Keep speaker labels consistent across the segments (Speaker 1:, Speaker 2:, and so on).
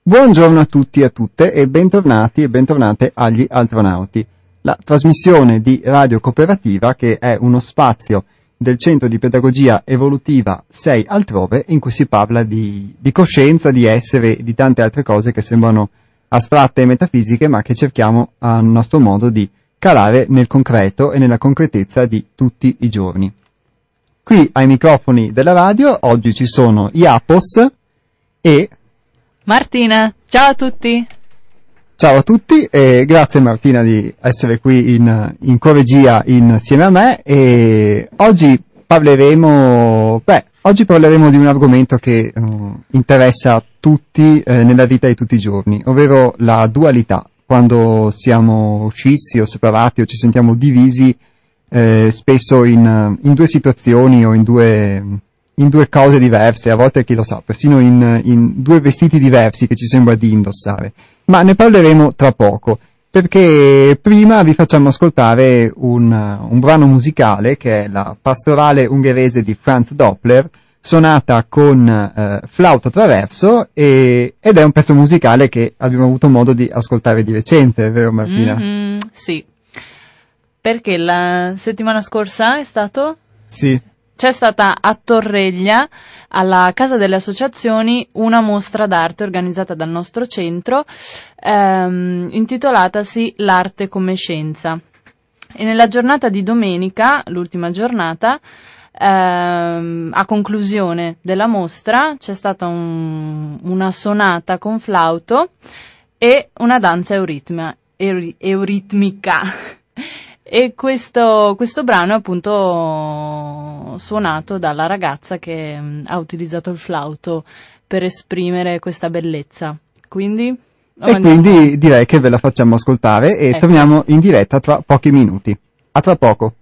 Speaker 1: Buongiorno a tutti e a tutte e bentornati e bentornate agli Altronauti, la trasmissione di Radio Cooperativa che è uno spazio del Centro di Pedagogia Evolutiva 6 Altrove in cui si parla di coscienza, di essere e di tante altre cose che sembrano astratte e metafisiche ma che cerchiamo a nostro modo di calare nel concreto e nella concretezza di tutti i giorni. Qui ai microfoni della radio oggi ci sono Iapos e
Speaker 2: Martina, ciao a tutti!
Speaker 1: Ciao a tutti e grazie Martina di essere qui in co-regia insieme a me e oggi parleremo di un argomento che interessa tutti nella vita di tutti i giorni, ovvero la dualità. Quando siamo scissi o separati o ci sentiamo divisi spesso in due situazioni o in due cose diverse, a volte chi lo sa, persino in due vestiti diversi che ci sembra di indossare. Ma ne parleremo tra poco, perché prima vi facciamo ascoltare un brano musicale che è la pastorale ungherese di Franz Doppler, suonata con flauto traverso ed è un pezzo musicale che abbiamo avuto modo di ascoltare di recente, vero Martina?
Speaker 2: Sì, perché la settimana scorsa è stato?
Speaker 1: Sì.
Speaker 2: C'è stata a Torreglia, alla Casa delle Associazioni, una mostra d'arte organizzata dal nostro centro, intitolatasi L'arte come scienza. E nella giornata di domenica, l'ultima giornata, a conclusione della mostra, c'è stata una sonata con flauto e una danza euritmica. E questo brano è appunto suonato dalla ragazza che ha utilizzato il flauto per esprimere questa bellezza. Quindi
Speaker 1: direi che ve la facciamo ascoltare e torniamo in diretta tra pochi minuti. A tra poco.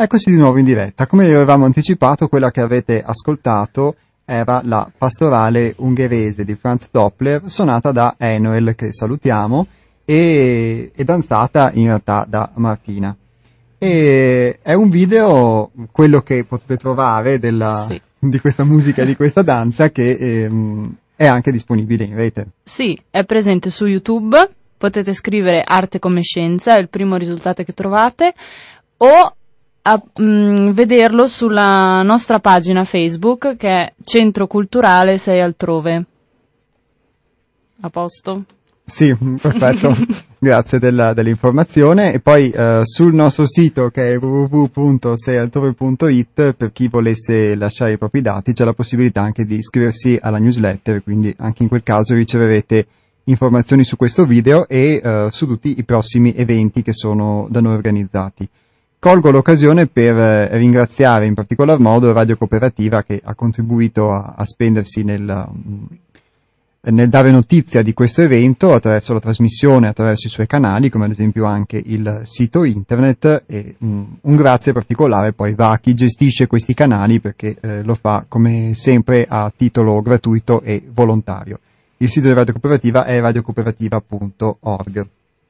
Speaker 1: Eccoci di nuovo in diretta. Come vi avevamo anticipato, quella che avete ascoltato era la pastorale ungherese di Franz Doppler, suonata da Enoel, che salutiamo, e danzata in realtà da Martina. E è un video, quello che potete trovare di questa musica, di questa danza, che è anche disponibile in rete.
Speaker 2: Sì, è presente su YouTube, potete scrivere Arte come Scienza, è il primo risultato che trovate, o vederlo sulla nostra pagina Facebook, che è Centro Culturale Sei Altrove. A posto?
Speaker 1: Sì, perfetto, grazie dell'informazione. E poi sul nostro sito, che è www.seialtrove.it, per chi volesse lasciare i propri dati, c'è la possibilità anche di iscriversi alla newsletter, quindi anche in quel caso riceverete informazioni su questo video e su tutti i prossimi eventi che sono da noi organizzati. Colgo l'occasione per ringraziare in particolar modo Radio Cooperativa, che ha contribuito a spendersi nel dare notizia di questo evento attraverso la trasmissione, attraverso i suoi canali, come ad esempio anche il sito internet, e un grazie particolare poi va a chi gestisce questi canali, perché lo fa come sempre a titolo gratuito e volontario. Il sito di Radio Cooperativa è radiocooperativa.org.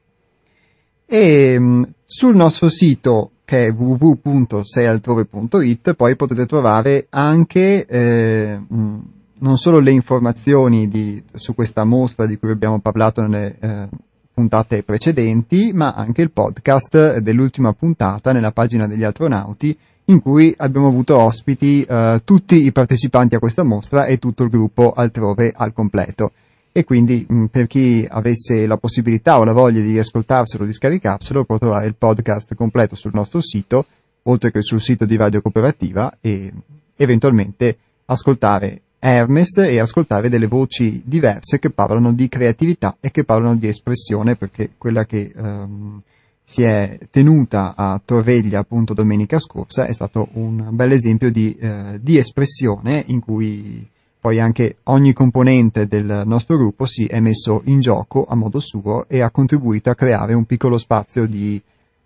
Speaker 1: E sul nostro sito, che è www.seialtrove.it, poi potete trovare anche non solo le informazioni su questa mostra di cui abbiamo parlato nelle puntate precedenti, ma anche il podcast dell'ultima puntata nella pagina degli astronauti, in cui abbiamo avuto ospiti tutti i partecipanti a questa mostra e tutto il gruppo Altrove al completo. E quindi per chi avesse la possibilità o la voglia di riascoltarselo, di scaricarselo, può trovare il podcast completo sul nostro sito, oltre che sul sito di Radio Cooperativa, e eventualmente ascoltare Hermes e ascoltare delle voci diverse che parlano di creatività e che parlano di espressione, perché quella che si è tenuta a Torveglia appunto domenica scorsa è stato un bel esempio di espressione, in cui poi anche ogni componente del nostro gruppo si è messo in gioco a modo suo e ha contribuito a creare un piccolo spazio di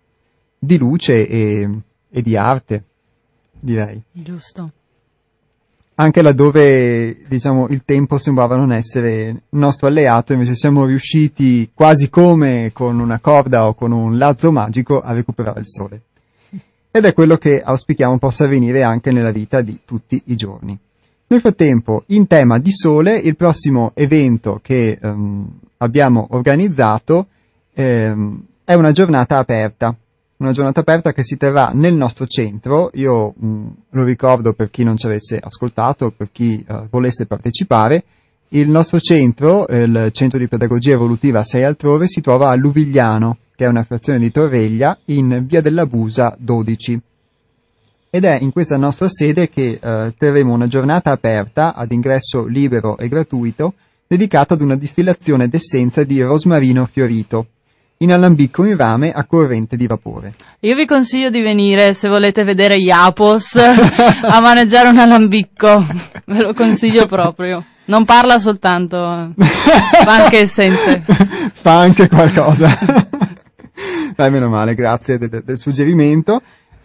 Speaker 1: luce e di arte, direi.
Speaker 2: Giusto.
Speaker 1: Anche laddove, diciamo, il tempo sembrava non essere nostro alleato, invece siamo riusciti, quasi come con una corda o con un lazzo magico, a recuperare il sole. Ed è quello che auspichiamo possa avvenire anche nella vita di tutti i giorni. Nel frattempo, in tema di sole, il prossimo evento che abbiamo organizzato è una giornata aperta. Una giornata aperta che si terrà nel nostro centro. Io lo ricordo per chi non ci avesse ascoltato, per chi volesse partecipare. Il nostro centro, il Centro di Pedagogia Evolutiva Sei Altrove, si trova a Luvigliano, che è una frazione di Torveglia, in via della Busa 12. Ed è in questa nostra sede che terremo una giornata aperta ad ingresso libero e gratuito, dedicata ad una distillazione d'essenza di rosmarino fiorito, in alambicco in rame a corrente di vapore.
Speaker 2: Io vi consiglio di venire, se volete vedere Iapos, a maneggiare un alambicco. Ve lo consiglio proprio. Non parla soltanto, fa anche essenze.
Speaker 1: Fa anche qualcosa. Dai, meno male, grazie del suggerimento.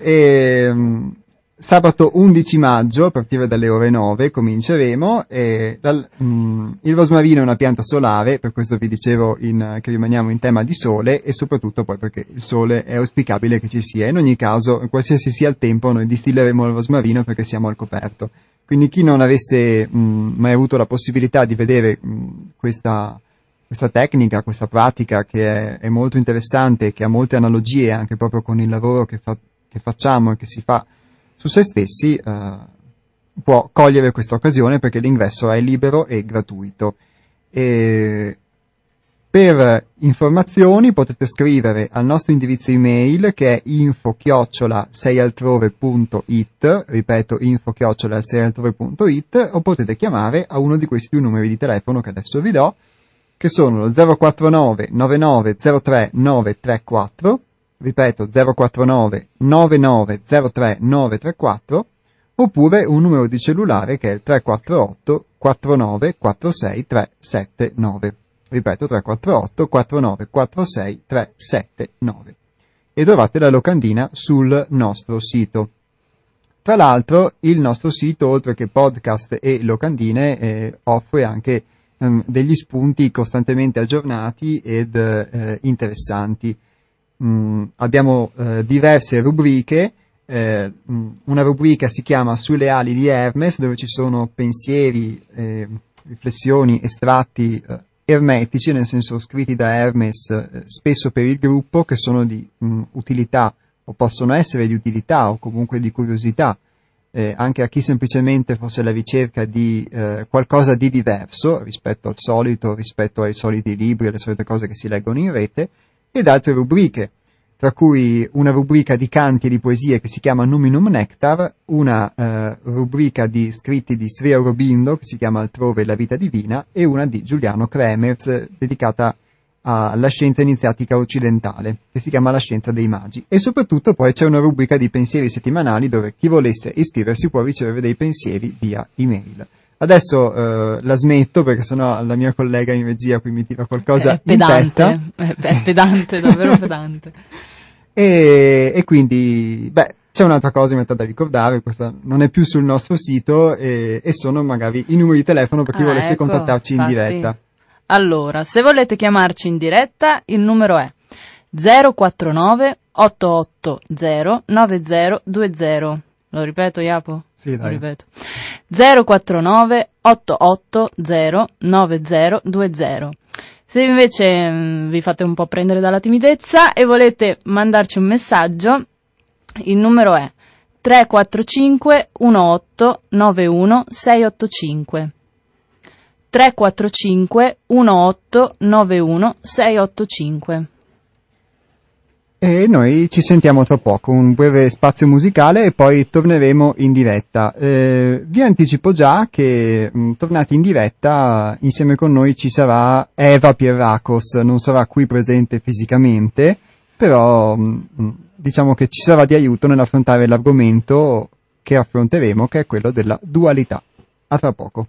Speaker 1: Sabato 11 maggio, a partire dalle ore 9, cominceremo. Il rosmarino è una pianta solare, per questo vi dicevo che rimaniamo in tema di sole, e soprattutto poi perché il sole è auspicabile che ci sia. In ogni caso, qualsiasi sia il tempo, noi distilleremo il rosmarino perché siamo al coperto. Quindi chi non avesse mai avuto la possibilità di vedere questa tecnica, questa pratica, che è molto interessante, che ha molte analogie anche proprio con il lavoro che facciamo e che si fa su se stessi, può cogliere questa occasione, perché l'ingresso è libero e gratuito. E per informazioni potete scrivere al nostro indirizzo email, che è info@seialtrove.it, ripeto, info@seialtrove.it, o potete chiamare a uno di questi due numeri di telefono che adesso vi do, che sono lo 049 9903 934, ripeto 049 9903 934, oppure un numero di cellulare che è il 348 49 46 379, ripeto 348 49 46 379. e trovate la locandina sul nostro sito. Tra l'altro il nostro sito, oltre che podcast e locandine, offre anche degli spunti costantemente aggiornati ed interessanti. Abbiamo diverse rubriche. Una rubrica si chiama Sulle ali di Hermes, dove ci sono pensieri, riflessioni, estratti ermetici, nel senso scritti da Hermes spesso per il gruppo, che sono di utilità o possono essere di utilità o comunque di curiosità anche a chi semplicemente fosse alla ricerca di qualcosa di diverso rispetto al solito, rispetto ai soliti libri, alle solite cose che si leggono in rete, ed altre rubriche, tra cui una rubrica di canti e di poesie che si chiama Numinum Nectar, una rubrica di scritti di Sri Aurobindo che si chiama Altrove la vita divina, e una di Giuliano Kremers dedicata alla scienza iniziatica occidentale, che si chiama La scienza dei magi. E soprattutto poi c'è una rubrica di pensieri settimanali dove chi volesse iscriversi può ricevere dei pensieri via email. Adesso la smetto perché sennò la mia collega in regia qui mi tira qualcosa in testa.
Speaker 2: È pedante, davvero pedante.
Speaker 1: E quindi, c'è un'altra cosa in realtà da ricordare, questa non è più sul nostro sito, e sono magari i numeri di telefono per chi volesse contattarci in diretta.
Speaker 2: Allora, se volete chiamarci in diretta, il numero è 049 880 9020. Lo ripeto, Japo?
Speaker 1: Sì, dai.
Speaker 2: Lo ripeto. 049 880 9020. Se invece vi fate un po' prendere dalla timidezza e volete mandarci un messaggio, il numero è 345 18 91 685. 345 18 91 685.
Speaker 1: E noi ci sentiamo tra poco, un breve spazio musicale e poi torneremo in diretta. Vi anticipo già che tornati in diretta insieme con noi ci sarà Eva Pierrakos, non sarà qui presente fisicamente, però diciamo che ci sarà di aiuto nell'affrontare l'argomento che affronteremo, che è quello della dualità. A tra poco.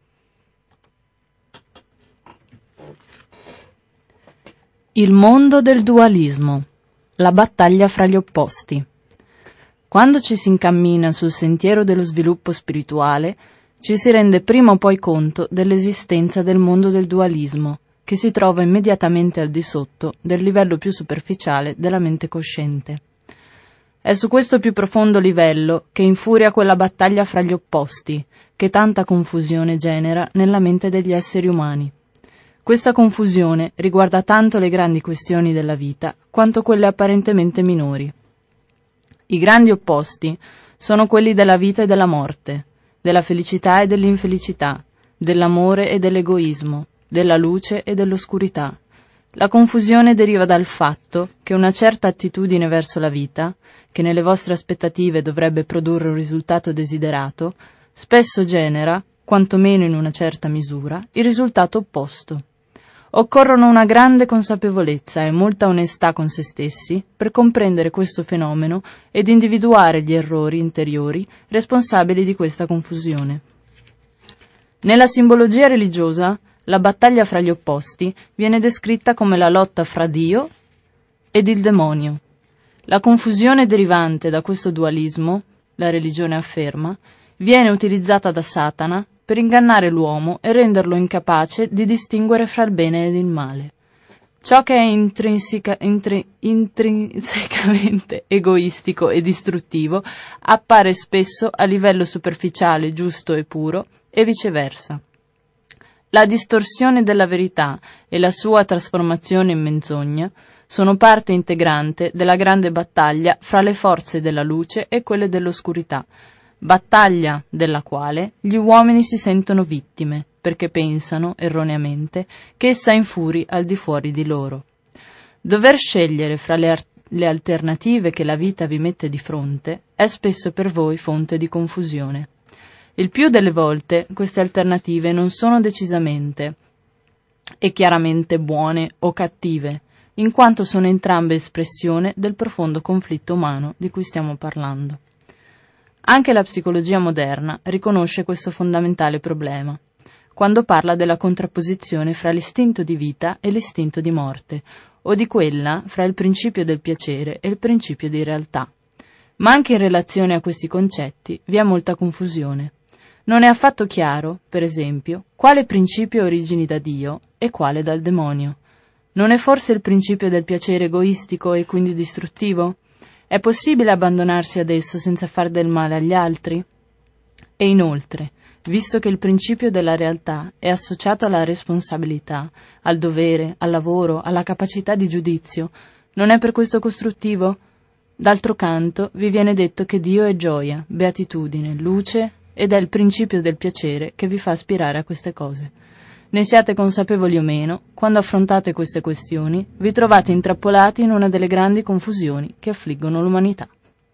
Speaker 2: Il mondo del dualismo, la battaglia fra gli opposti. Quando ci si incammina sul sentiero dello sviluppo spirituale, ci si rende prima o poi conto dell'esistenza del mondo del dualismo, che si trova immediatamente al di sotto del livello più superficiale della mente cosciente. È su questo più profondo livello che infuria quella battaglia fra gli opposti, che tanta confusione genera nella mente degli esseri umani. Questa confusione riguarda tanto le grandi questioni della vita quanto quelle apparentemente minori. I grandi opposti sono quelli della vita e della morte, della felicità e dell'infelicità, dell'amore e dell'egoismo, della luce e dell'oscurità. La confusione deriva dal fatto che una certa attitudine verso la vita, che nelle vostre aspettative dovrebbe produrre un risultato desiderato, spesso genera, quantomeno in una certa misura, il risultato opposto. Occorrono una grande consapevolezza e molta onestà con se stessi per comprendere questo fenomeno ed individuare gli errori interiori responsabili di questa confusione. Nella simbologia religiosa, la battaglia fra gli opposti viene descritta come la lotta fra Dio ed il demonio. La confusione derivante da questo dualismo, la religione afferma, viene utilizzata da Satana per ingannare l'uomo e renderlo incapace di distinguere fra il bene ed il male. Ciò che è intrinsecamente egoistico e distruttivo appare spesso a livello superficiale, giusto e puro, e viceversa. La distorsione della verità e la sua trasformazione in menzogna sono parte integrante della grande battaglia fra le forze della luce e quelle dell'oscurità, battaglia della quale gli uomini si sentono vittime, perché pensano, erroneamente, che essa infuri al di fuori di loro. Dover scegliere fra le alternative che la vita vi mette di fronte è spesso per voi fonte di confusione. Il più delle volte queste alternative non sono decisamente e chiaramente buone o cattive, in quanto sono entrambe espressione del profondo conflitto umano di cui stiamo parlando. Anche la psicologia moderna riconosce questo fondamentale problema, quando parla della contrapposizione fra l'istinto di vita e l'istinto di morte, o di quella fra il principio del piacere e il principio di realtà. Ma anche in relazione a questi concetti vi è molta confusione. Non è affatto chiaro, per esempio, quale principio origini da Dio e quale dal demonio. Non è forse il principio del piacere egoistico e quindi distruttivo? È possibile abbandonarsi ad esso senza far del male agli altri? E inoltre, visto che il principio della realtà è associato alla responsabilità, al dovere, al lavoro, alla capacità di giudizio, non è per questo costruttivo? D'altro canto, vi viene detto che Dio è gioia, beatitudine, luce ed è il principio del piacere che vi fa aspirare a queste cose. Ne siate consapevoli o meno, quando affrontate queste questioni, vi trovate intrappolati in una delle grandi confusioni che affliggono l'umanità.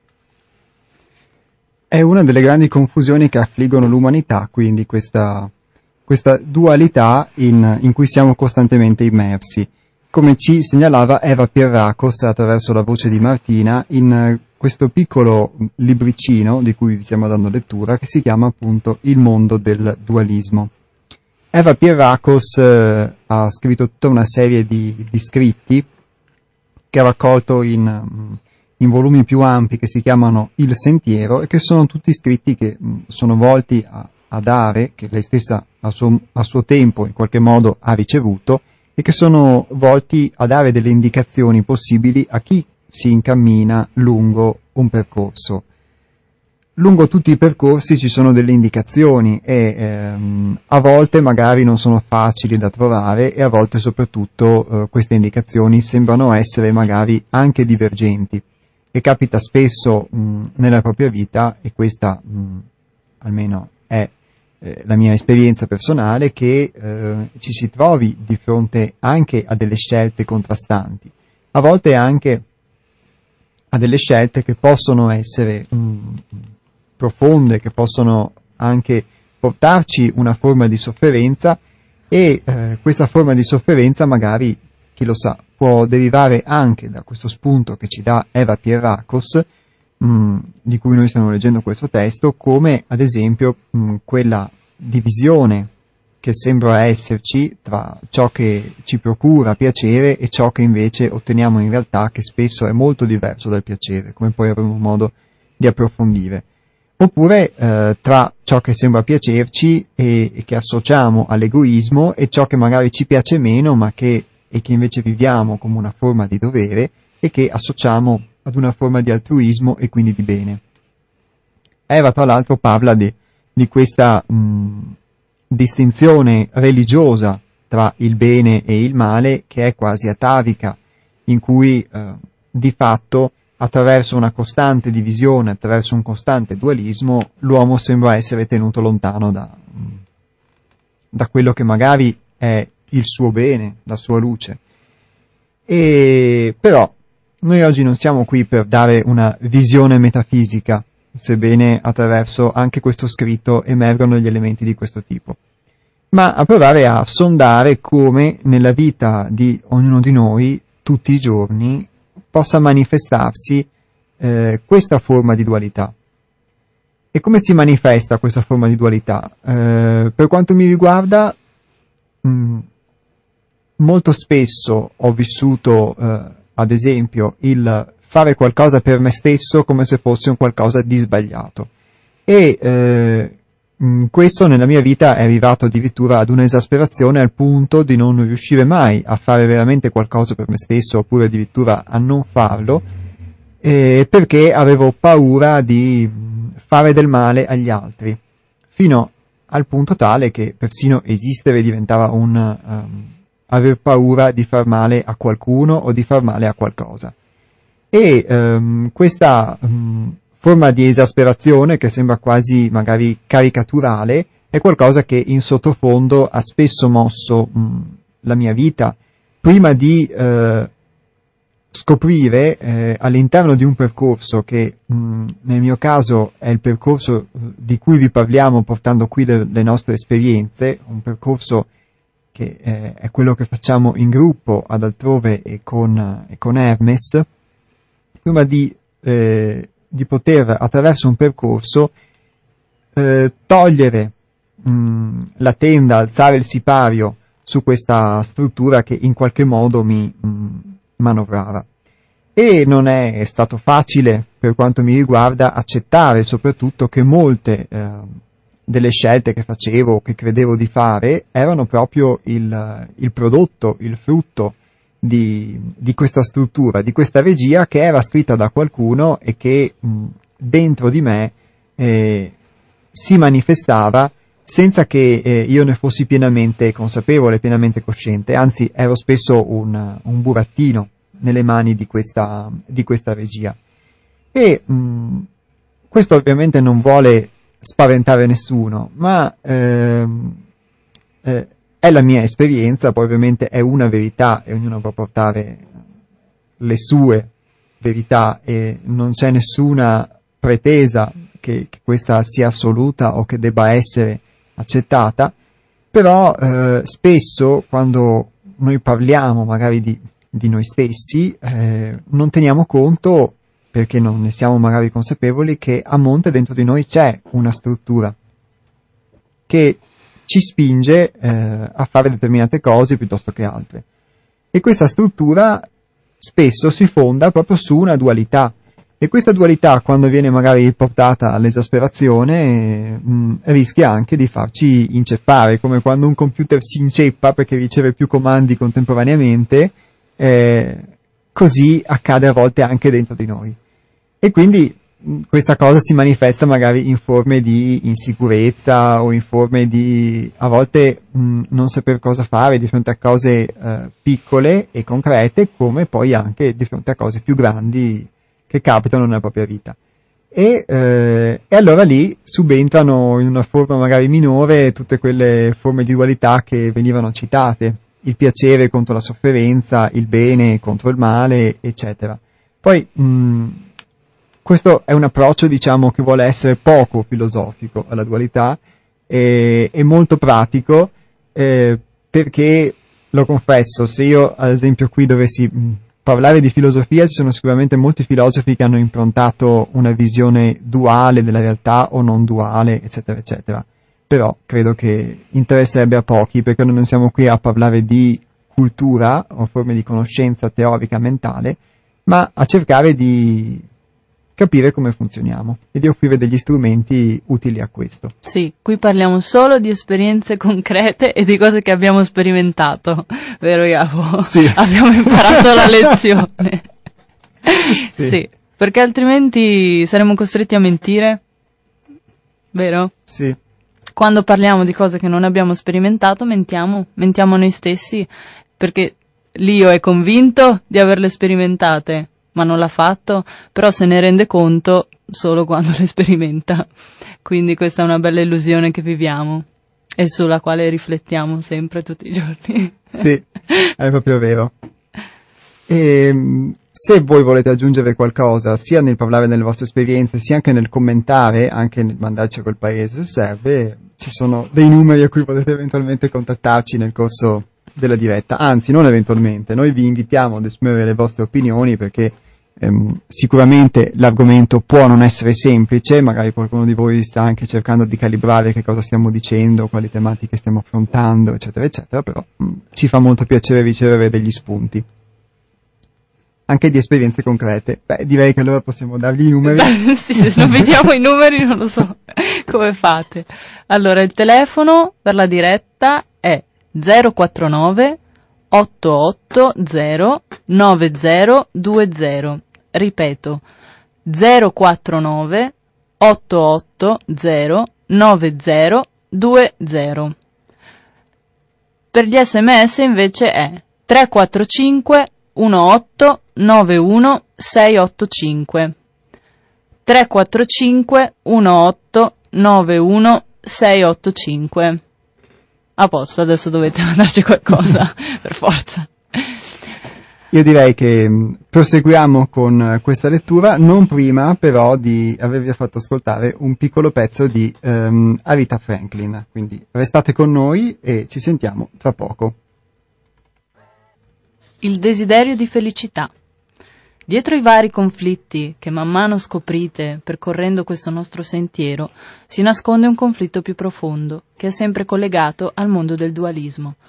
Speaker 1: È una delle grandi confusioni che affliggono l'umanità, quindi questa dualità in cui siamo costantemente immersi. Come ci segnalava Eva Pierrakos attraverso la voce di Martina in questo piccolo libricino di cui vi stiamo dando lettura, che si chiama appunto Il mondo del dualismo. Eva Pierrakos ha scritto tutta una serie di scritti che ha raccolto in volumi più ampi che si chiamano Il Sentiero e che sono tutti scritti che sono volti a dare, che lei stessa a suo tempo in qualche modo ha ricevuto, e che sono volti a dare delle indicazioni possibili a chi si incammina lungo un percorso. Lungo tutti i percorsi ci sono delle indicazioni e a volte magari non sono facili da trovare e a volte soprattutto queste indicazioni sembrano essere magari anche divergenti. E capita spesso nella propria vita, e questa almeno è la mia esperienza personale, che ci si trovi di fronte anche a delle scelte contrastanti, a volte anche a delle scelte che possono essere profonde, che possono anche portarci una forma di sofferenza e questa forma di sofferenza magari, chi lo sa, può derivare anche da questo spunto che ci dà Eva Pierrakos, di cui noi stiamo leggendo questo testo, come ad esempio quella divisione che sembra esserci tra ciò che ci procura piacere e ciò che invece otteniamo in realtà, che spesso è molto diverso dal piacere, come poi avremo modo di approfondire. Oppure tra ciò che sembra piacerci e che associamo all'egoismo e ciò che magari ci piace meno ma che invece viviamo come una forma di dovere e che associamo ad una forma di altruismo e quindi di bene. Eva tra l'altro parla di questa distinzione religiosa tra il bene e il male che è quasi atavica, in cui di fatto attraverso una costante divisione, attraverso un costante dualismo, l'uomo sembra essere tenuto lontano da quello che magari è il suo bene, la sua luce. E però noi oggi non siamo qui per dare una visione metafisica, sebbene attraverso anche questo scritto emergono gli elementi di questo tipo, ma a provare a sondare come nella vita di ognuno di noi tutti i giorni possa manifestarsi questa forma di dualità. E come si manifesta questa forma di dualità? Per quanto mi riguarda, molto spesso ho vissuto, ad esempio, il fare qualcosa per me stesso come se fosse un qualcosa di sbagliato. E questo nella mia vita è arrivato addirittura ad un'esasperazione al punto di non riuscire mai a fare veramente qualcosa per me stesso, oppure addirittura a non farlo, perché avevo paura di fare del male agli altri, fino al punto tale che persino esistere diventava aver paura di far male a qualcuno o di far male a qualcosa. E questa forma di esasperazione, che sembra quasi magari caricaturale, è qualcosa che in sottofondo ha spesso mosso la mia vita, prima di scoprire all'interno di un percorso che nel mio caso è il percorso di cui vi parliamo portando qui le nostre esperienze, un percorso che è quello che facciamo in gruppo ad Altrove e con Hermes, prima di poter attraverso un percorso togliere la tenda, alzare il sipario su questa struttura che in qualche modo mi manovrava. E non è stato facile, per quanto mi riguarda, accettare soprattutto che molte delle scelte che facevo, che credevo di fare, erano proprio il prodotto, il frutto di questa struttura, di questa regia che era scritta da qualcuno e che dentro di me si manifestava senza che io ne fossi pienamente consapevole, pienamente cosciente, anzi ero spesso un burattino nelle mani di questa regia. E questo ovviamente non vuole spaventare nessuno, ma è la mia esperienza, poi ovviamente è una verità e ognuno può portare le sue verità e non c'è nessuna pretesa che questa sia assoluta o che debba essere accettata, però spesso quando noi parliamo magari di noi stessi non teniamo conto, perché non ne siamo magari consapevoli, che a monte dentro di noi c'è una struttura che ci spinge a fare determinate cose piuttosto che altre. E questa struttura spesso si fonda proprio su una dualità. E questa dualità, quando viene magari portata all'esasperazione, rischia anche di farci inceppare, come quando un computer si inceppa perché riceve più comandi contemporaneamente, così accade a volte anche dentro di noi. E quindi questa cosa si manifesta magari in forme di insicurezza o in forme di, a volte, non saper cosa fare di fronte a cose piccole e concrete, come poi anche di fronte a cose più grandi che capitano nella propria vita. E allora lì subentrano in una forma magari minore tutte quelle forme di dualità che venivano citate, il piacere contro la sofferenza, il bene contro il male, eccetera. Poi questo è un approccio, diciamo, che vuole essere poco filosofico alla dualità e molto pratico, perché, lo confesso, se io ad esempio qui dovessi parlare di filosofia, ci sono sicuramente molti filosofi che hanno improntato una visione duale della realtà o non duale, eccetera, eccetera. Però credo che interesserebbe a pochi, perché noi non siamo qui a parlare di cultura o forme di conoscenza teorica mentale, ma a cercare di capire come funzioniamo e di offrire degli strumenti utili a questo.
Speaker 2: Sì, qui parliamo solo di esperienze concrete e di cose che abbiamo sperimentato, vero Iapo?
Speaker 1: Sì.
Speaker 2: Abbiamo imparato la lezione. Sì, perché altrimenti saremmo costretti a mentire, vero?
Speaker 1: Sì.
Speaker 2: Quando parliamo di cose che non abbiamo sperimentato, mentiamo a noi stessi, perché l'io è convinto di averle sperimentate, ma non l'ha fatto, però se ne rende conto solo quando le sperimenta. Quindi questa è una bella illusione che viviamo e sulla quale riflettiamo sempre tutti i giorni.
Speaker 1: Sì, è proprio vero. E se voi volete aggiungere qualcosa, sia nel parlare delle vostre esperienze, sia anche nel commentare, anche nel mandarci a quel paese se serve, ci sono dei numeri a cui potete eventualmente contattarci nel corso della diretta. Anzi, non eventualmente, noi vi invitiamo ad esprimere le vostre opinioni, perché sicuramente l'argomento può non essere semplice, magari qualcuno di voi sta anche cercando di calibrare che cosa stiamo dicendo, quali tematiche stiamo affrontando, eccetera, eccetera, però ci fa molto piacere ricevere degli spunti, anche di esperienze concrete. Beh, direi che allora possiamo dargli i numeri.
Speaker 2: Sì, se non vediamo i numeri non lo so come fate. Allora, il telefono per la diretta è 049 880 9020. Ripeto, 049 880 9020. Per gli SMS invece è 345 18 91 685. 345 18 91 685. A posto, adesso dovete mandarci qualcosa, per forza.
Speaker 1: Io direi che proseguiamo con questa lettura, non prima però di avervi fatto ascoltare un piccolo pezzo di Aretha Franklin. Quindi restate con noi e ci sentiamo tra poco.
Speaker 2: Il desiderio di felicità. Dietro i vari conflitti che man mano scoprite percorrendo questo nostro sentiero, si nasconde un conflitto più profondo, che è sempre collegato al mondo del dualismo.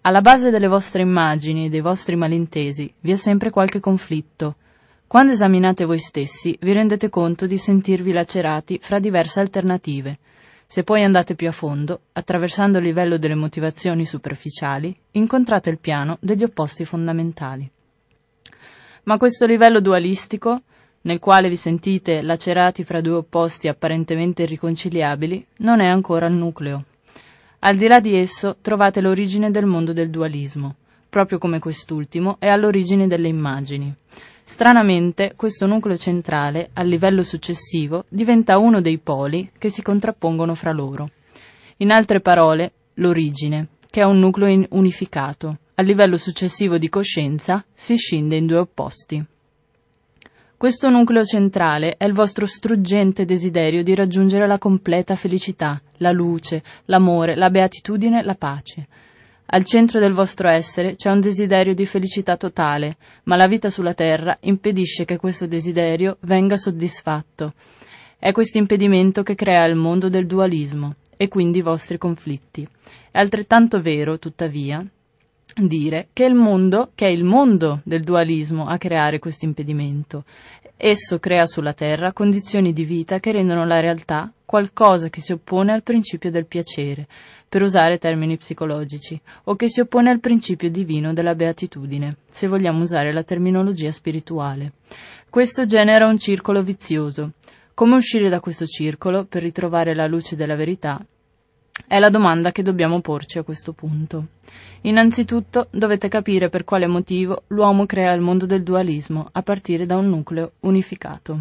Speaker 2: Alla base delle vostre immagini e dei vostri malintesi vi è sempre qualche conflitto. Quando esaminate voi stessi, vi rendete conto di sentirvi lacerati fra diverse alternative. Se poi andate più a fondo, attraversando il livello delle motivazioni superficiali, incontrate il piano degli opposti fondamentali. Ma questo livello dualistico, nel quale vi sentite lacerati fra due opposti apparentemente irriconciliabili, non è ancora il nucleo. Al di là di esso trovate l'origine del mondo del dualismo, proprio come quest'ultimo è all'origine delle immagini. Stranamente, questo nucleo centrale, al livello successivo, diventa uno dei poli che si contrappongono fra loro. In altre parole, l'origine, che è un nucleo unificato, al livello successivo di coscienza, si scinde in due opposti. Questo nucleo centrale è il vostro struggente desiderio di raggiungere la completa felicità, la luce, l'amore, la beatitudine, la pace. Al centro del vostro essere c'è un desiderio di felicità totale, ma la vita sulla terra impedisce che questo desiderio venga soddisfatto. È questo impedimento che crea il mondo del dualismo e quindi i vostri conflitti. È altrettanto vero, tuttavia, dire che è il mondo del dualismo a creare questo impedimento. Esso crea sulla terra condizioni di vita che rendono la realtà qualcosa che si oppone al principio del piacere, per usare termini psicologici, o che si oppone al principio divino della beatitudine, se vogliamo usare la terminologia spirituale. Questo genera un circolo vizioso. Come uscire da questo circolo per ritrovare la luce della verità? È la domanda che dobbiamo porci a questo punto. Innanzitutto dovete capire per quale motivo l'uomo crea il mondo del dualismo a partire da un nucleo unificato.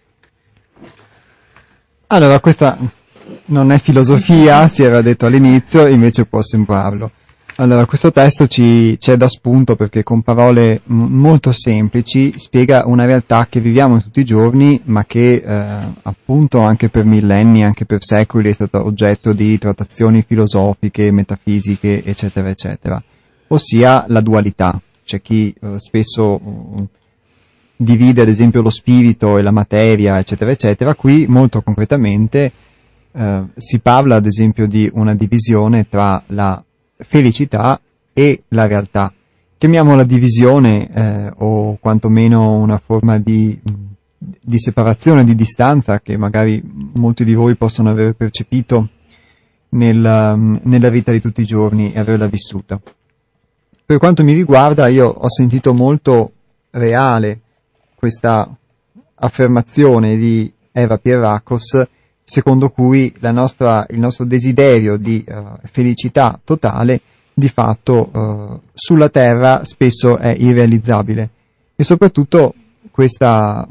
Speaker 1: Allora, questa non è filosofia, si era detto all'inizio, invece può sembrarlo. Allora, questo testo c'è da spunto perché con parole molto semplici spiega una realtà che viviamo tutti i giorni, ma che appunto anche per millenni, anche per secoli è stata oggetto di trattazioni filosofiche, metafisiche, eccetera, eccetera. Ossia la dualità. C'è chi spesso divide ad esempio lo spirito e la materia, eccetera, eccetera. Qui molto concretamente si parla ad esempio di una divisione tra la felicità e la realtà. Chiamiamola divisione o quantomeno una forma di separazione, di distanza che magari molti di voi possono aver percepito nella vita di tutti i giorni e averla vissuta. Per quanto mi riguarda, io ho sentito molto reale questa affermazione di Eva Pierrakos, secondo cui il nostro desiderio di felicità totale di fatto sulla terra spesso è irrealizzabile, e soprattutto questa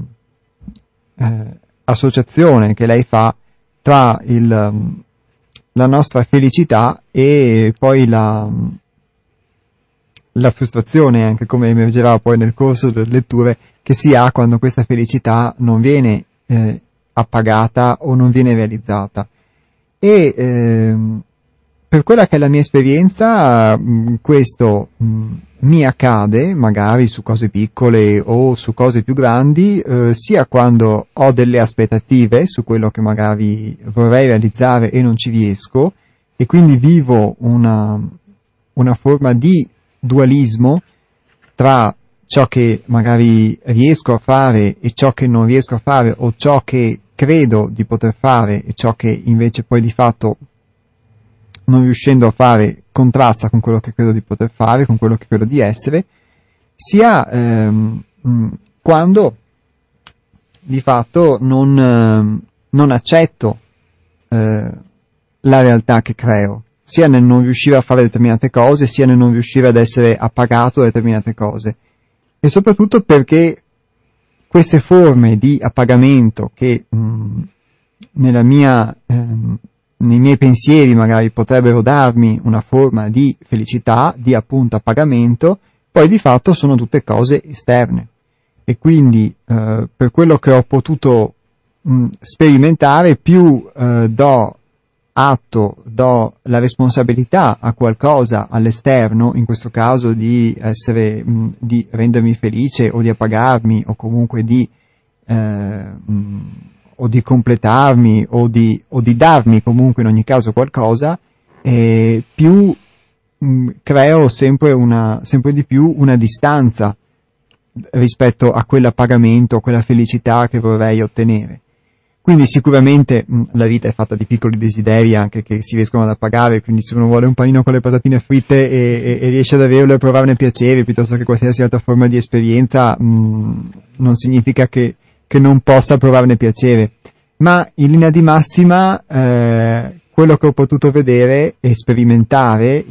Speaker 1: associazione che lei fa tra la nostra felicità e poi la frustrazione, anche come emergerà poi nel corso delle letture, che si ha quando questa felicità non viene appagata o non viene realizzata. E per quella che è la mia esperienza, questo mi accade magari su cose piccole o su cose più grandi, sia quando ho delle aspettative su quello che magari vorrei realizzare e non ci riesco, e quindi vivo una forma di dualismo tra ciò che magari riesco a fare e ciò che non riesco a fare, o ciò che credo di poter fare e ciò che invece poi di fatto, non riuscendo a fare, contrasta con quello che credo di poter fare, con quello che credo di essere, sia quando di fatto non accetto la realtà che creo, sia nel non riuscire a fare determinate cose, sia nel non riuscire ad essere appagato da determinate cose. E soprattutto perché queste forme di appagamento che nei miei pensieri magari potrebbero darmi una forma di felicità, di appunto appagamento, poi di fatto sono tutte cose esterne. E quindi per quello che ho potuto sperimentare, più do la responsabilità a qualcosa all'esterno, in questo caso di rendermi felice o di appagarmi o comunque di completarmi o di darmi comunque in ogni caso qualcosa, più creo sempre di più una distanza rispetto a quell'appagamento, a quella felicità che vorrei ottenere. Quindi sicuramente la vita è fatta di piccoli desideri anche che si riescono ad appagare, quindi se uno vuole un panino con le patatine fritte e riesce ad averlo e provarne piacere piuttosto che qualsiasi altra forma di esperienza, non significa che non possa provarne piacere. Ma in linea di massima quello che ho potuto vedere e sperimentare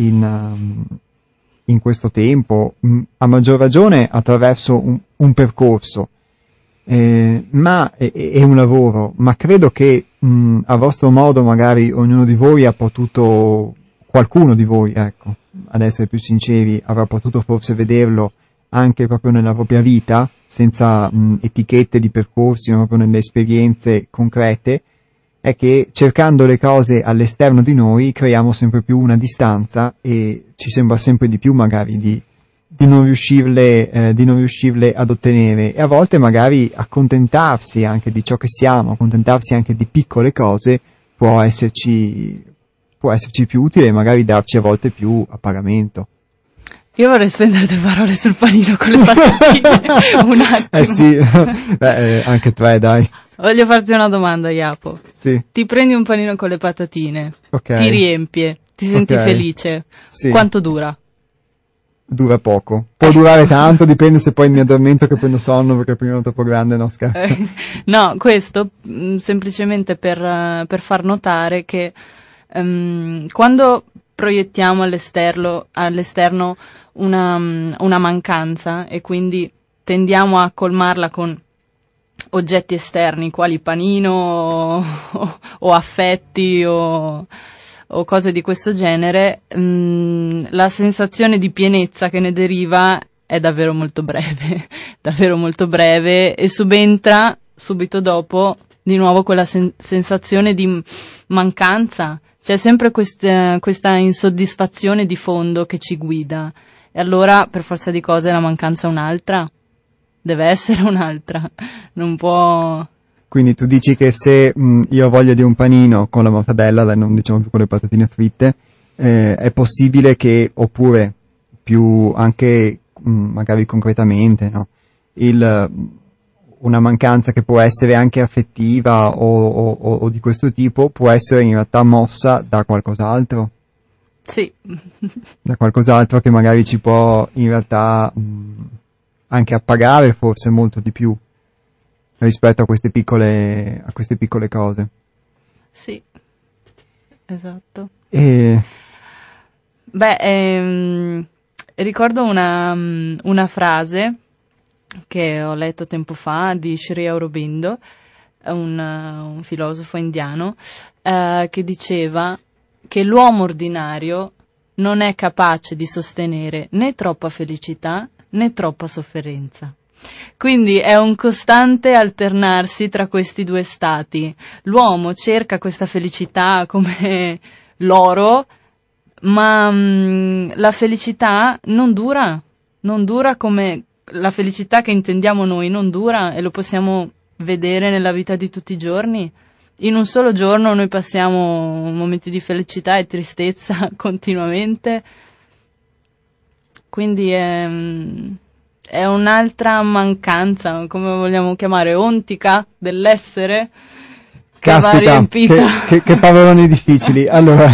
Speaker 1: in questo tempo, a maggior ragione attraverso un percorso, ma è un lavoro, ma credo che a vostro modo magari ognuno di voi ha potuto, qualcuno di voi, ecco, ad essere più sinceri, avrà potuto forse vederlo anche proprio nella propria vita, senza etichette di percorsi, ma proprio nelle esperienze concrete, è che cercando le cose all'esterno di noi creiamo sempre più una distanza e ci sembra sempre di più magari di non riuscirle ad ottenere, e a volte magari accontentarsi anche di ciò che siamo, accontentarsi anche di piccole cose può esserci più utile e magari darci a volte più appagamento.
Speaker 2: Io vorrei spendere 2 parole sul panino con le patatine, un attimo.
Speaker 1: Sì, anche 3, dai.
Speaker 2: Voglio farti una domanda, Japo.
Speaker 1: Sì.
Speaker 2: Ti prendi un panino con le patatine,
Speaker 1: okay.
Speaker 2: Ti riempie, ti senti felice.
Speaker 1: Sì.
Speaker 2: Quanto dura?
Speaker 1: Dura poco. Può durare tanto, dipende se poi mi addormento che prendo sonno perché prima ero troppo grande, no scherzo.
Speaker 2: No, questo semplicemente per far notare che quando proiettiamo all'esterno una mancanza e quindi tendiamo a colmarla con oggetti esterni quali panino o affetti o cose di questo genere, la sensazione di pienezza che ne deriva è davvero molto breve e subentra subito dopo di nuovo quella sensazione di mancanza. C'è sempre questa insoddisfazione di fondo che ci guida, e allora per forza di cose la mancanza è un'altra, deve essere un'altra, non può.
Speaker 1: Quindi tu dici che se io ho voglia di un panino con la mortadella, dai, non diciamo più con le patatine fritte, è possibile che, oppure più anche magari concretamente, no? Una mancanza che può essere anche affettiva o di questo tipo può essere in realtà mossa da qualcos'altro?
Speaker 2: Sì.
Speaker 1: Da qualcos'altro che magari ci può in realtà anche appagare forse molto di più rispetto a queste piccole cose.
Speaker 2: Sì, esatto. Ricordo una frase che ho letto tempo fa di Sri Aurobindo, un filosofo indiano, che diceva che l'uomo ordinario non è capace di sostenere né troppa felicità né troppa sofferenza. Quindi è un costante alternarsi tra questi due stati. L'uomo cerca questa felicità come l'oro, ma la felicità non dura come la felicità che intendiamo noi, non dura, e lo possiamo vedere nella vita di tutti i giorni. In un solo giorno noi passiamo momenti di felicità e tristezza continuamente, quindi è un'altra mancanza, come vogliamo chiamare, ontica dell'essere, che va riempita.
Speaker 1: Che paroloni difficili. Allora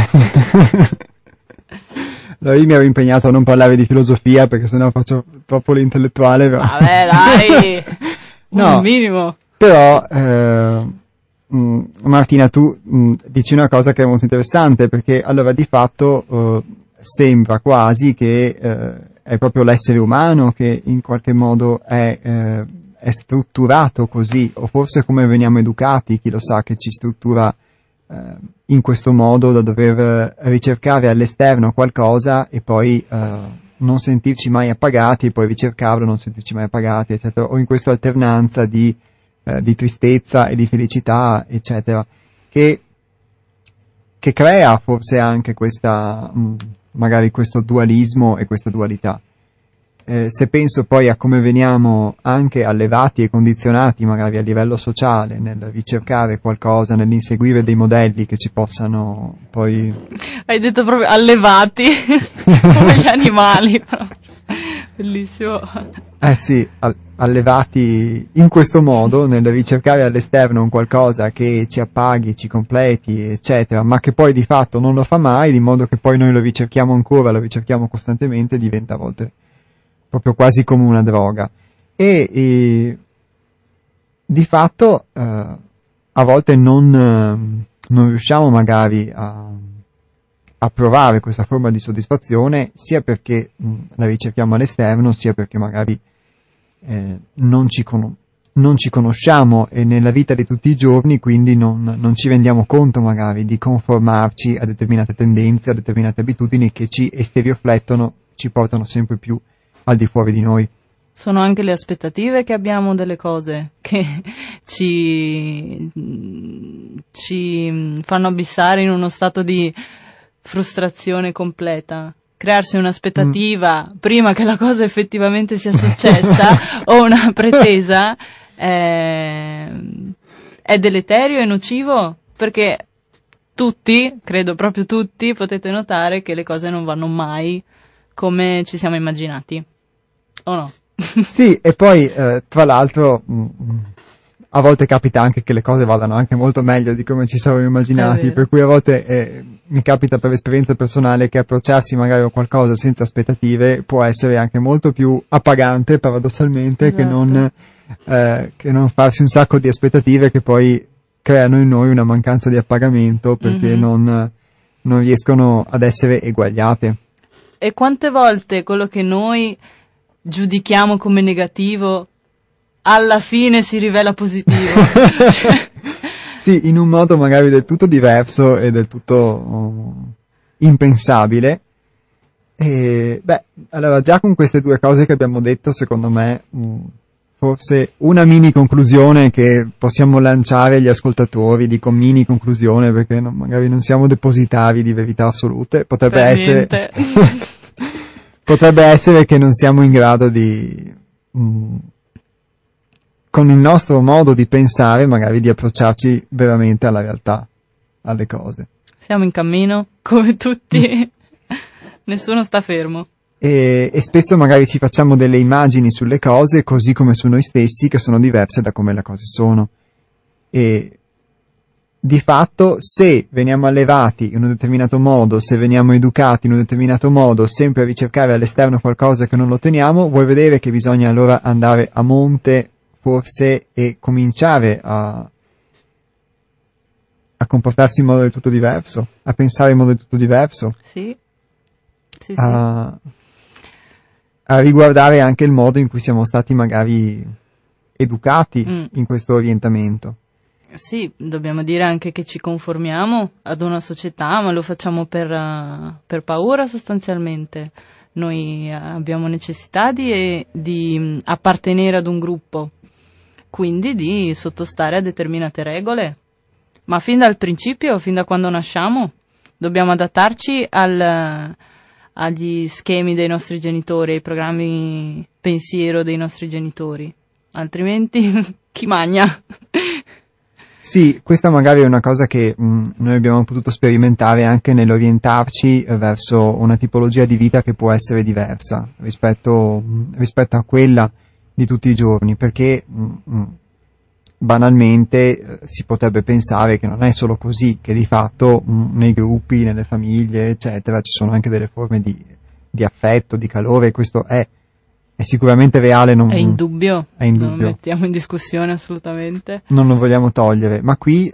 Speaker 1: io mi ero impegnato a non parlare di filosofia perché sennò faccio troppo l'intellettuale. Però.
Speaker 2: Vabbè, dai,
Speaker 1: no,
Speaker 2: un minimo.
Speaker 1: Però Martina, tu dici una cosa che è molto interessante, perché allora di fatto sembra quasi che è proprio l'essere umano che in qualche modo è strutturato così, o forse come veniamo educati, chi lo sa, che ci struttura in questo modo da dover ricercare all'esterno qualcosa e poi non sentirci mai appagati, e poi ricercarlo, non sentirci mai appagati, eccetera, o in questa alternanza di tristezza e di felicità, eccetera, che crea forse anche questa magari questo dualismo e questa dualità. se penso poi a come veniamo anche allevati e condizionati magari a livello sociale nel ricercare qualcosa, nell'inseguire dei modelli che ci possano poi...
Speaker 2: Hai detto proprio allevati, come gli animali. Bellissimo.
Speaker 1: Sì, allevati in questo modo, nel ricercare all'esterno un qualcosa che ci appaghi, ci completi, eccetera, ma che poi di fatto non lo fa mai, di modo che poi noi lo ricerchiamo ancora, lo ricerchiamo costantemente, diventa a volte proprio quasi come una droga. E di fatto a volte non riusciamo magari a provare questa forma di soddisfazione, sia perché la ricerchiamo all'esterno, sia perché magari non ci conosciamo e nella vita di tutti i giorni quindi non ci rendiamo conto magari di conformarci a determinate tendenze, a determinate abitudini che ci esteriorflettono, ci portano sempre più al di fuori di noi.
Speaker 2: Sono anche le aspettative che abbiamo delle cose che ci fanno abissare in uno stato di frustrazione completa. Crearsi un'aspettativa prima che la cosa effettivamente sia successa o una pretesa è deleterio e nocivo, perché tutti, credo proprio tutti, potete notare che le cose non vanno mai come ci siamo immaginati, o no?
Speaker 1: Sì, e poi tra l'altro a volte capita anche che le cose vadano anche molto meglio di come ci siamo immaginati, per cui a volte mi capita per esperienza personale che approcciarsi magari a qualcosa senza aspettative può essere anche molto più appagante paradossalmente, esatto, che non farsi un sacco di aspettative che poi creano in noi una mancanza di appagamento perché non riescono ad essere eguagliate.
Speaker 2: E quante volte quello che noi giudichiamo come negativo alla fine si rivela positivo?
Speaker 1: Sì, in un modo magari del tutto diverso e del tutto impensabile. E allora già con queste due cose che abbiamo detto, secondo me forse una mini conclusione che possiamo lanciare agli ascoltatori, dico mini conclusione perché magari non siamo depositari di verità assolute, potrebbe essere che non siamo in grado di con il nostro modo di pensare magari di approcciarci veramente alla realtà, alle cose.
Speaker 2: Siamo in cammino, come tutti, nessuno sta fermo.
Speaker 1: E spesso magari ci facciamo delle immagini sulle cose, così come su noi stessi, che sono diverse da come le cose sono. E di fatto, se veniamo allevati in un determinato modo, se veniamo educati in un determinato modo, sempre a ricercare all'esterno qualcosa che non lo teniamo, vuol vedere che bisogna allora andare a monte forse e cominciare a comportarsi in modo del tutto diverso, a pensare in modo del tutto diverso,
Speaker 2: sì.
Speaker 1: A riguardare anche il modo in cui siamo stati magari educati in questo orientamento.
Speaker 2: Sì, dobbiamo dire anche che ci conformiamo ad una società, ma lo facciamo per paura sostanzialmente. Noi abbiamo necessità di appartenere ad un gruppo, quindi di sottostare a determinate regole, ma fin dal principio, fin da quando nasciamo, dobbiamo adattarci agli schemi dei nostri genitori, ai programmi pensiero dei nostri genitori, altrimenti chi magna?
Speaker 1: Sì, questa magari è una cosa che noi abbiamo potuto sperimentare anche nell'orientarci verso una tipologia di vita che può essere diversa rispetto a quella di tutti i giorni, perché banalmente si potrebbe pensare che non è solo così, che di fatto nei gruppi, nelle famiglie, eccetera, ci sono anche delle forme di affetto, di calore, e questo è sicuramente reale,
Speaker 2: è indubbio,
Speaker 1: non
Speaker 2: lo mettiamo in discussione assolutamente.
Speaker 1: Non lo vogliamo togliere, ma qui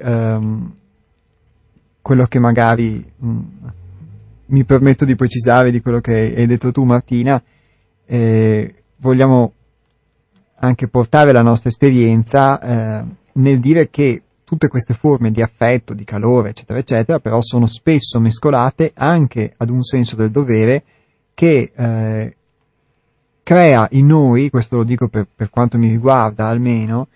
Speaker 1: quello che magari mi permetto di precisare di quello che hai detto tu, Martina, vogliamo anche portare la nostra esperienza nel dire che tutte queste forme di affetto, di calore, eccetera, eccetera, però sono spesso mescolate anche ad un senso del dovere che crea in noi, questo lo dico per quanto mi riguarda almeno,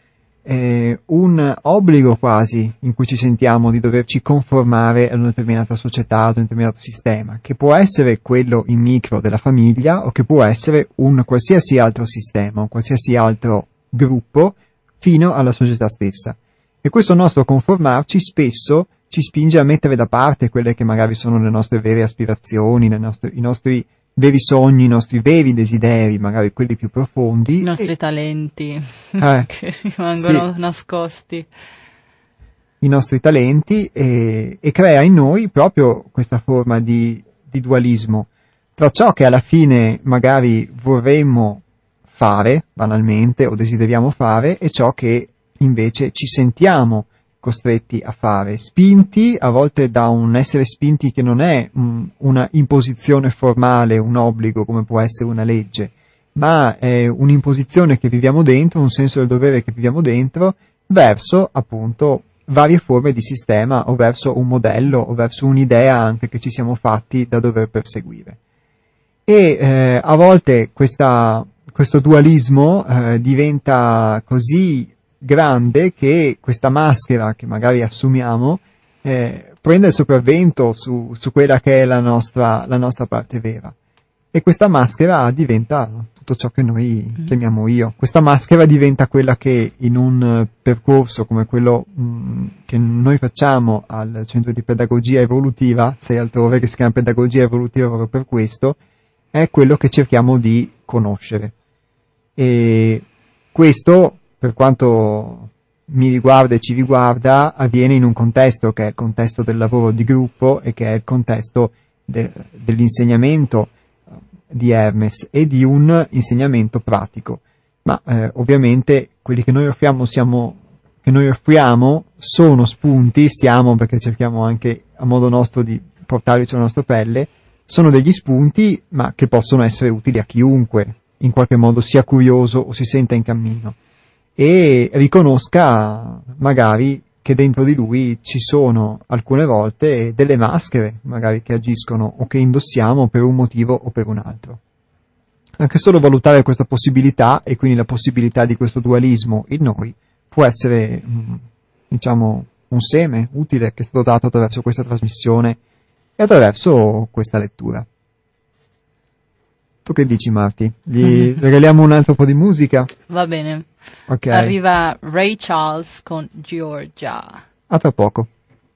Speaker 1: un obbligo quasi in cui ci sentiamo di doverci conformare ad una determinata società, ad un determinato sistema, che può essere quello in micro della famiglia o che può essere un qualsiasi altro sistema, un qualsiasi altro gruppo fino alla società stessa. E questo nostro conformarci spesso ci spinge a mettere da parte quelle che magari sono le nostre vere aspirazioni, i nostri veri sogni, i nostri veri desideri, magari quelli più profondi.
Speaker 2: I nostri talenti che rimangono nascosti.
Speaker 1: I nostri talenti e crea in noi proprio questa forma di dualismo tra ciò che alla fine magari vorremmo fare, banalmente, o desideriamo fare, e ciò che invece ci sentiamo costretti a fare, spinti a volte da un essere spinti che non è una imposizione formale, un obbligo come può essere una legge, ma è un'imposizione che viviamo dentro, un senso del dovere che viviamo dentro verso appunto varie forme di sistema o verso un modello o verso un'idea anche che ci siamo fatti da dover perseguire. E a volte questo dualismo diventa così grande che questa maschera che magari assumiamo prende il sopravvento su quella che è la nostra parte vera, e questa maschera diventa tutto ciò che noi chiamiamo io. Questa maschera diventa quella che in un percorso come quello che noi facciamo al Centro di Pedagogia Evolutiva 6 altrove, che si chiama Pedagogia Evolutiva proprio per questo, è quello che cerchiamo di conoscere. E questo, per quanto mi riguarda e ci riguarda, avviene in un contesto che è il contesto del lavoro di gruppo e che è il contesto dell'insegnamento di Hermes e di un insegnamento pratico. Ma ovviamente quelli che noi offriamo sono spunti, perché cerchiamo anche a modo nostro di portarli sulla nostra pelle, sono degli spunti, ma che possono essere utili a chiunque in qualche modo sia curioso o si senta in cammino e riconosca magari che dentro di lui ci sono alcune volte delle maschere magari che agiscono o che indossiamo per un motivo o per un altro. Anche solo valutare questa possibilità e quindi la possibilità di questo dualismo in noi può essere un seme utile che è stato dato attraverso questa trasmissione e attraverso questa lettura. Tu che dici, Marti? Gli regaliamo un altro po' di musica?
Speaker 2: Va bene.
Speaker 1: Ok.
Speaker 2: Arriva Ray Charles con Georgia.
Speaker 1: A tra poco.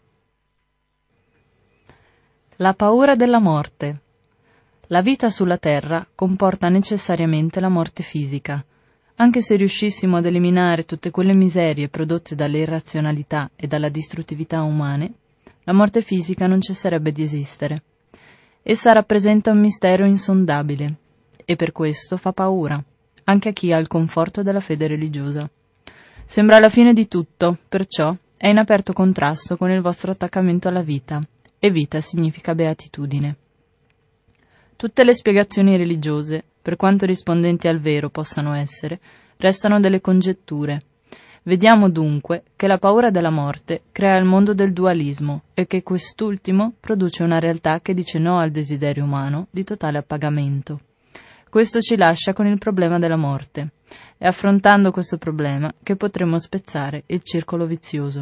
Speaker 2: La paura della morte. La vita sulla Terra comporta necessariamente la morte fisica. Anche se riuscissimo ad eliminare tutte quelle miserie prodotte dalle irrazionalità e dalla distruttività umane, la morte fisica non cesserebbe di esistere. Essa rappresenta un mistero insondabile e per questo fa paura, anche a chi ha il conforto della fede religiosa. Sembra la fine di tutto, perciò è in aperto contrasto con il vostro attaccamento alla vita, e vita significa beatitudine. Tutte le spiegazioni religiose, per quanto rispondenti al vero possano essere, restano delle congetture. Vediamo dunque che la paura della morte crea il mondo del dualismo e che quest'ultimo produce una realtà che dice no al desiderio umano di totale appagamento. Questo ci lascia con il problema della morte. È affrontando questo problema che potremo spezzare il circolo vizioso.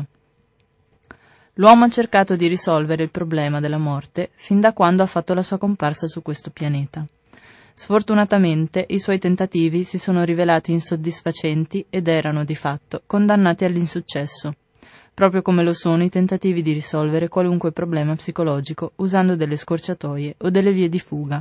Speaker 2: L'uomo ha cercato di risolvere il problema della morte fin da quando ha fatto la sua comparsa su questo pianeta. Sfortunatamente i suoi tentativi si sono rivelati insoddisfacenti ed erano di fatto condannati all'insuccesso, proprio come lo sono i tentativi di risolvere qualunque problema psicologico usando delle scorciatoie o delle vie di fuga.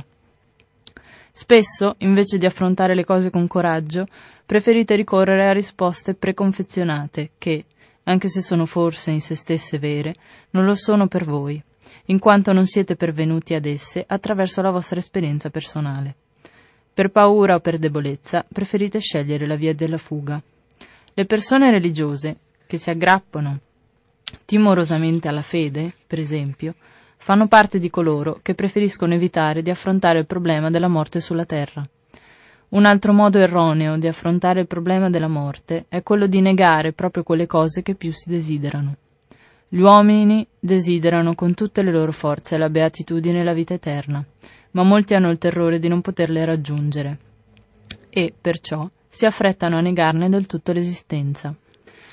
Speaker 2: Spesso, invece di affrontare le cose con coraggio, preferite ricorrere a risposte preconfezionate che, anche se sono forse in se stesse vere, non lo sono per voi, in quanto non siete pervenuti ad esse attraverso la vostra esperienza personale. Per paura o per debolezza preferite scegliere la via della fuga. Le persone religiose, che si aggrappano timorosamente alla fede, per esempio, fanno parte di coloro che preferiscono evitare di affrontare il problema della morte sulla terra. Un altro modo erroneo di affrontare il problema della morte è quello di negare proprio quelle cose che più si desiderano. Gli uomini desiderano con tutte le loro forze la beatitudine e la vita eterna, ma molti hanno il terrore di non poterle raggiungere e, perciò, si affrettano a negarne del tutto l'esistenza.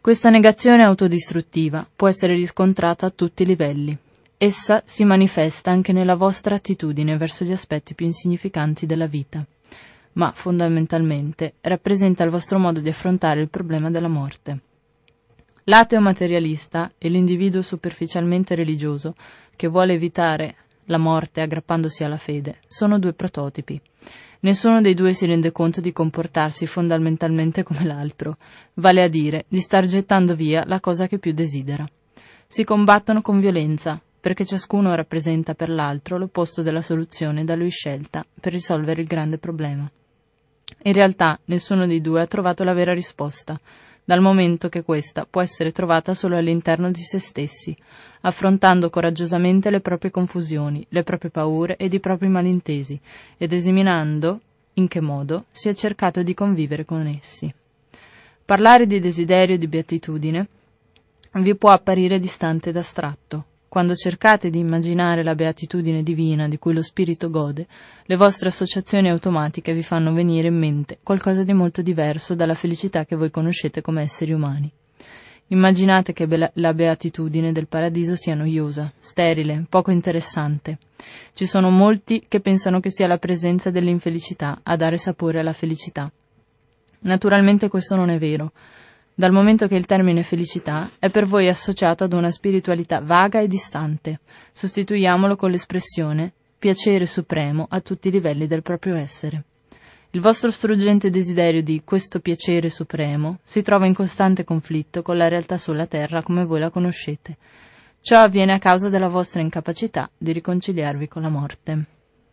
Speaker 2: Questa negazione autodistruttiva può essere riscontrata a tutti i livelli. Essa si manifesta anche nella vostra attitudine verso gli aspetti più insignificanti della vita, ma fondamentalmente rappresenta il vostro modo di affrontare il problema della morte. L'ateo materialista e l'individuo superficialmente religioso che vuole evitare la morte aggrappandosi alla fede sono due prototipi. Nessuno dei due si rende conto di comportarsi fondamentalmente come l'altro, vale a dire di star gettando via la cosa che più desidera. Si combattono con violenza, perché ciascuno rappresenta per l'altro l'opposto della soluzione da lui scelta per risolvere il grande problema. In realtà nessuno dei due ha trovato la vera risposta, dal momento che questa può essere trovata solo all'interno di se stessi, affrontando coraggiosamente le proprie confusioni, le proprie paure ed i propri malintesi, ed esaminando in che modo si è cercato di convivere con essi. Parlare di desiderio e di beatitudine vi può apparire distante ed astratto. Quando cercate di immaginare la beatitudine divina di cui lo spirito gode, le vostre associazioni automatiche vi fanno venire in mente qualcosa di molto diverso dalla felicità che voi conoscete come esseri umani. Immaginate che la beatitudine del paradiso sia noiosa, sterile, poco interessante. Ci sono molti che pensano che sia la presenza dell'infelicità a dare sapore alla felicità. Naturalmente questo non è vero, dal momento che il termine felicità è per voi associato ad una spiritualità vaga e distante. Sostituiamolo con l'espressione piacere supremo a tutti i livelli del proprio essere. Il vostro struggente desiderio di questo piacere supremo si trova in costante conflitto con la realtà sulla terra come voi la conoscete. Ciò avviene a causa della vostra incapacità di riconciliarvi con la morte.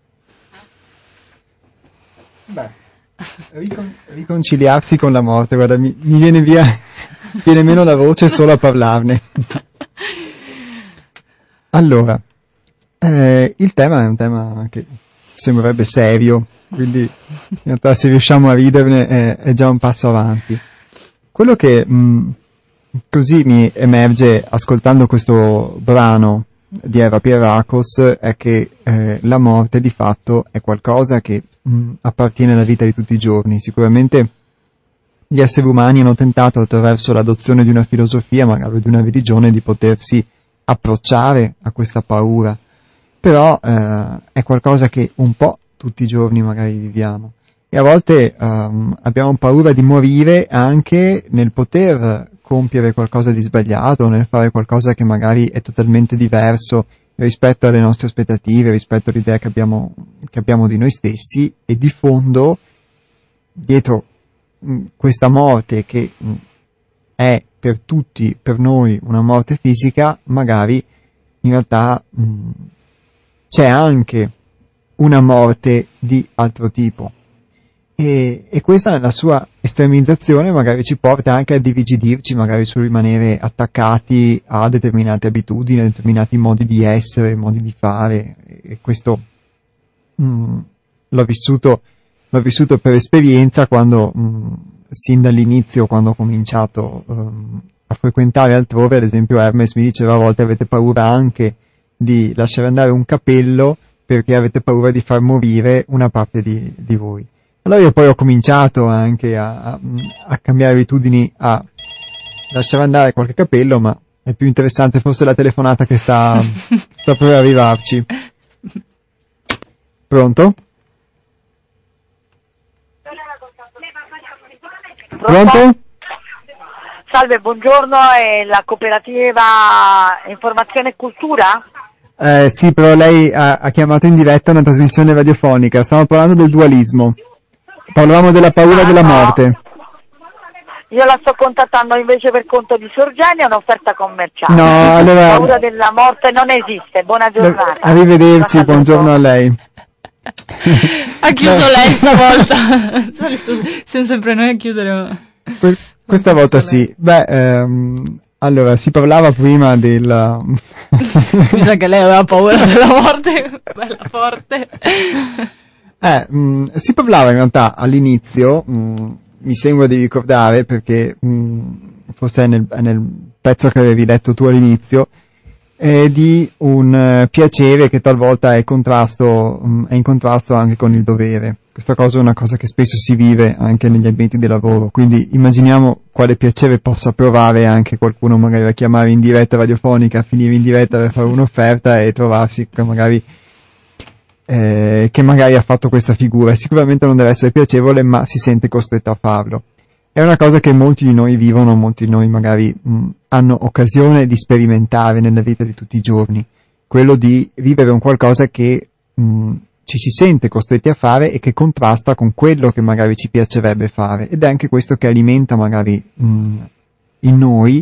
Speaker 1: Beh, riconciliarsi con la morte, guarda, mi viene meno la voce solo a parlarne. Allora, il tema è un tema che sembrerebbe serio, quindi in realtà se riusciamo a riderne è già un passo avanti. Quello che così mi emerge ascoltando questo brano di Eva Pierrakos è che la morte di fatto è qualcosa che appartiene alla vita di tutti i giorni. Sicuramente gli esseri umani hanno tentato attraverso l'adozione di una filosofia, magari di una religione, di potersi approcciare a questa paura, però è qualcosa che un po' tutti i giorni magari viviamo, e a volte abbiamo paura di morire anche nel poter compiere qualcosa di sbagliato, nel fare qualcosa che magari è totalmente diverso rispetto alle nostre aspettative, rispetto all'idea che abbiamo di noi stessi, e di fondo dietro questa morte che è per tutti, per noi, una morte fisica, magari in realtà c'è anche una morte di altro tipo. E questa nella sua estremizzazione magari ci porta anche a divigidirci, magari sul rimanere attaccati a determinate abitudini, a determinati modi di essere, modi di fare, e questo l'ho vissuto per esperienza quando sin dall'inizio, quando ho cominciato a frequentare altrove. Ad esempio Hermes mi diceva: a volte avete paura anche di lasciare andare un capello perché avete paura di far morire una parte di voi. Allora io poi ho cominciato anche a cambiare abitudini, a lasciare andare qualche capello, ma è più interessante forse la telefonata che sta per arrivarci. Pronto? Pronto?
Speaker 3: Salve, buongiorno, è la cooperativa Informazione e Cultura?
Speaker 1: Sì, però lei ha chiamato in diretta una trasmissione radiofonica, stiamo parlando del dualismo. Parlavamo della paura della morte.
Speaker 3: Io la sto contattando invece per conto di Sorgenia, è un'offerta commerciale.
Speaker 1: No, allora...
Speaker 3: La paura della morte non esiste, buona giornata.
Speaker 1: Arrivederci, buongiorno a lei.
Speaker 2: Ha chiuso lei stavolta. Siamo sempre noi a chiudere.
Speaker 1: Questa volta sì. Allora, si parlava prima del...
Speaker 2: Mi sa che lei aveva paura della morte, bella forte.
Speaker 1: Si parlava in realtà all'inizio, mi sembra di ricordare, perché forse è nel pezzo che avevi letto tu all'inizio, di un piacere che talvolta è in contrasto anche con il dovere. Questa cosa è una cosa che spesso si vive anche negli ambienti di lavoro, quindi immaginiamo quale piacere possa provare anche qualcuno magari a chiamare in diretta radiofonica, a finire in diretta per fare un'offerta e trovarsi che magari ha fatto questa figura. Sicuramente non deve essere piacevole, ma si sente costretto a farlo. È una cosa che molti di noi vivono, molti di noi magari hanno occasione di sperimentare nella vita di tutti i giorni, quello di vivere un qualcosa che ci si sente costretti a fare e che contrasta con quello che magari ci piacerebbe fare, ed è anche questo che alimenta magari in noi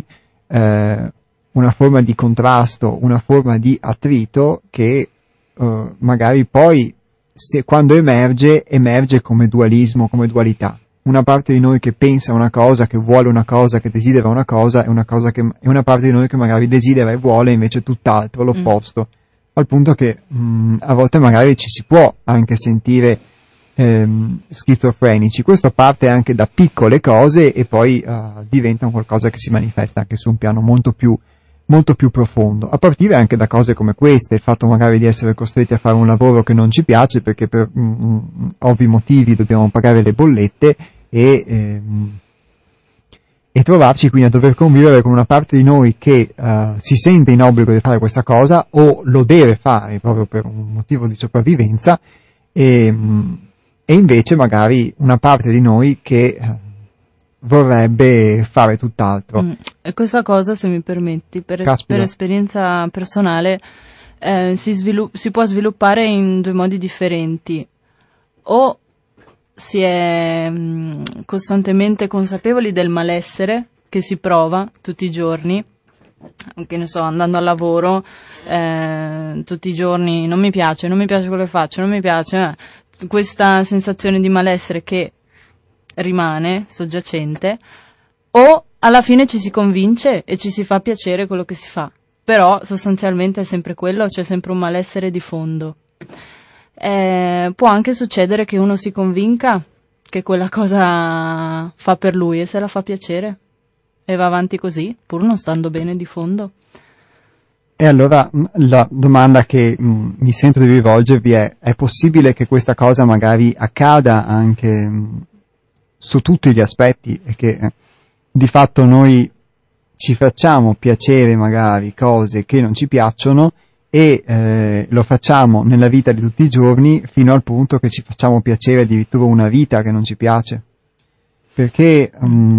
Speaker 1: una forma di contrasto, una forma di attrito che magari poi quando emerge come dualismo, come dualità. Una parte di noi che pensa una cosa, che vuole una cosa, che desidera una cosa, e una parte di noi che magari desidera e vuole invece tutt'altro, l'opposto. Al punto che a volte magari ci si può anche sentire schizofrenici. Questo parte anche da piccole cose e poi diventa un qualcosa che si manifesta anche su un piano molto più profondo, a partire anche da cose come queste, il fatto magari di essere costretti a fare un lavoro che non ci piace perché per ovvi motivi dobbiamo pagare le bollette e trovarci quindi a dover convivere con una parte di noi che si sente in obbligo di fare questa cosa o lo deve fare proprio per un motivo di sopravvivenza e invece magari una parte di noi che vorrebbe fare tutt'altro.
Speaker 2: E questa cosa, se mi permetti, per esperienza personale, si può sviluppare in due modi differenti. O si è costantemente consapevoli del malessere che si prova tutti i giorni, che ne so, andando al lavoro tutti i giorni, non mi piace quello che faccio, non mi piace, questa sensazione di malessere che rimane soggiacente, o alla fine ci si convince e ci si fa piacere quello che si fa, però sostanzialmente è sempre quello, c'è sempre un malessere di fondo. Può anche succedere che uno si convinca che quella cosa fa per lui e se la fa piacere e va avanti così, pur non stando bene di fondo.
Speaker 1: E allora la domanda che mi sento di rivolgervi è possibile che questa cosa magari accada anche su tutti gli aspetti e che di fatto noi ci facciamo piacere magari cose che non ci piacciono e lo facciamo nella vita di tutti i giorni fino al punto che ci facciamo piacere addirittura una vita che non ci piace? Perché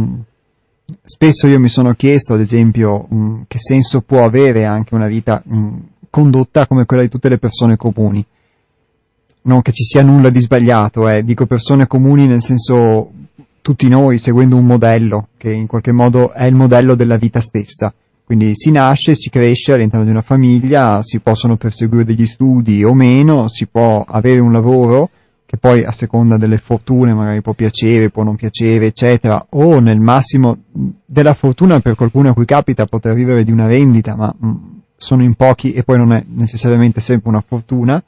Speaker 1: spesso io mi sono chiesto, ad esempio, che senso può avere anche una vita condotta come quella di tutte le persone comuni. Non che ci sia nulla di sbagliato, dico persone comuni nel senso tutti noi seguendo un modello che in qualche modo è il modello della vita stessa. Quindi si nasce, si cresce all'interno di una famiglia, si possono perseguire degli studi o meno, si può avere un lavoro che poi a seconda delle fortune magari può piacere, può non piacere, eccetera, o nel massimo della fortuna per qualcuno a cui capita poter vivere di una vendita, ma sono in pochi e poi non è necessariamente sempre una fortuna,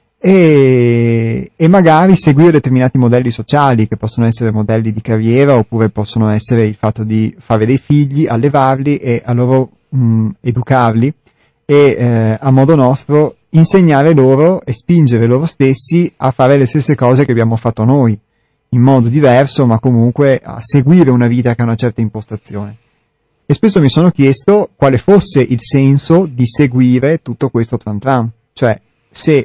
Speaker 1: e magari seguire determinati modelli sociali che possono essere modelli di carriera oppure possono essere il fatto di fare dei figli, allevarli e a loro educarli e a modo nostro insegnare loro e spingere loro stessi a fare le stesse cose che abbiamo fatto noi, in modo diverso ma comunque a seguire una vita che ha una certa impostazione. E spesso mi sono chiesto quale fosse il senso di seguire tutto questo tran tran, cioè se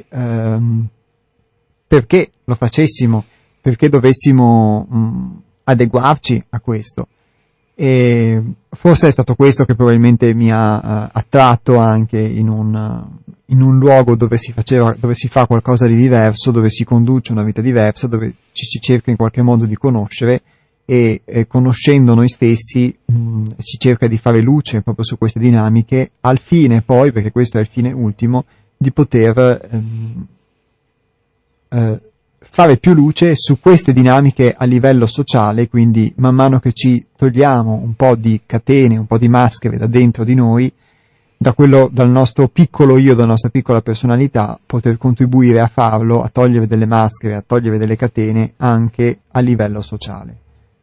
Speaker 1: perché lo facessimo, perché dovessimo adeguarci a questo. E forse è stato questo che probabilmente mi ha attratto anche in un luogo dove si fa qualcosa di diverso, dove si conduce una vita diversa, dove ci si cerca in qualche modo di conoscere e conoscendo noi stessi si cerca di fare luce proprio su queste dinamiche al fine poi, perché questo è il fine ultimo, di poter fare più luce su queste dinamiche a livello sociale, quindi man mano che ci togliamo un po' di catene, un po' di maschere da dentro di noi, dal nostro piccolo io, dalla nostra piccola personalità, poter contribuire a farlo, a togliere delle maschere, a togliere delle catene anche a livello sociale.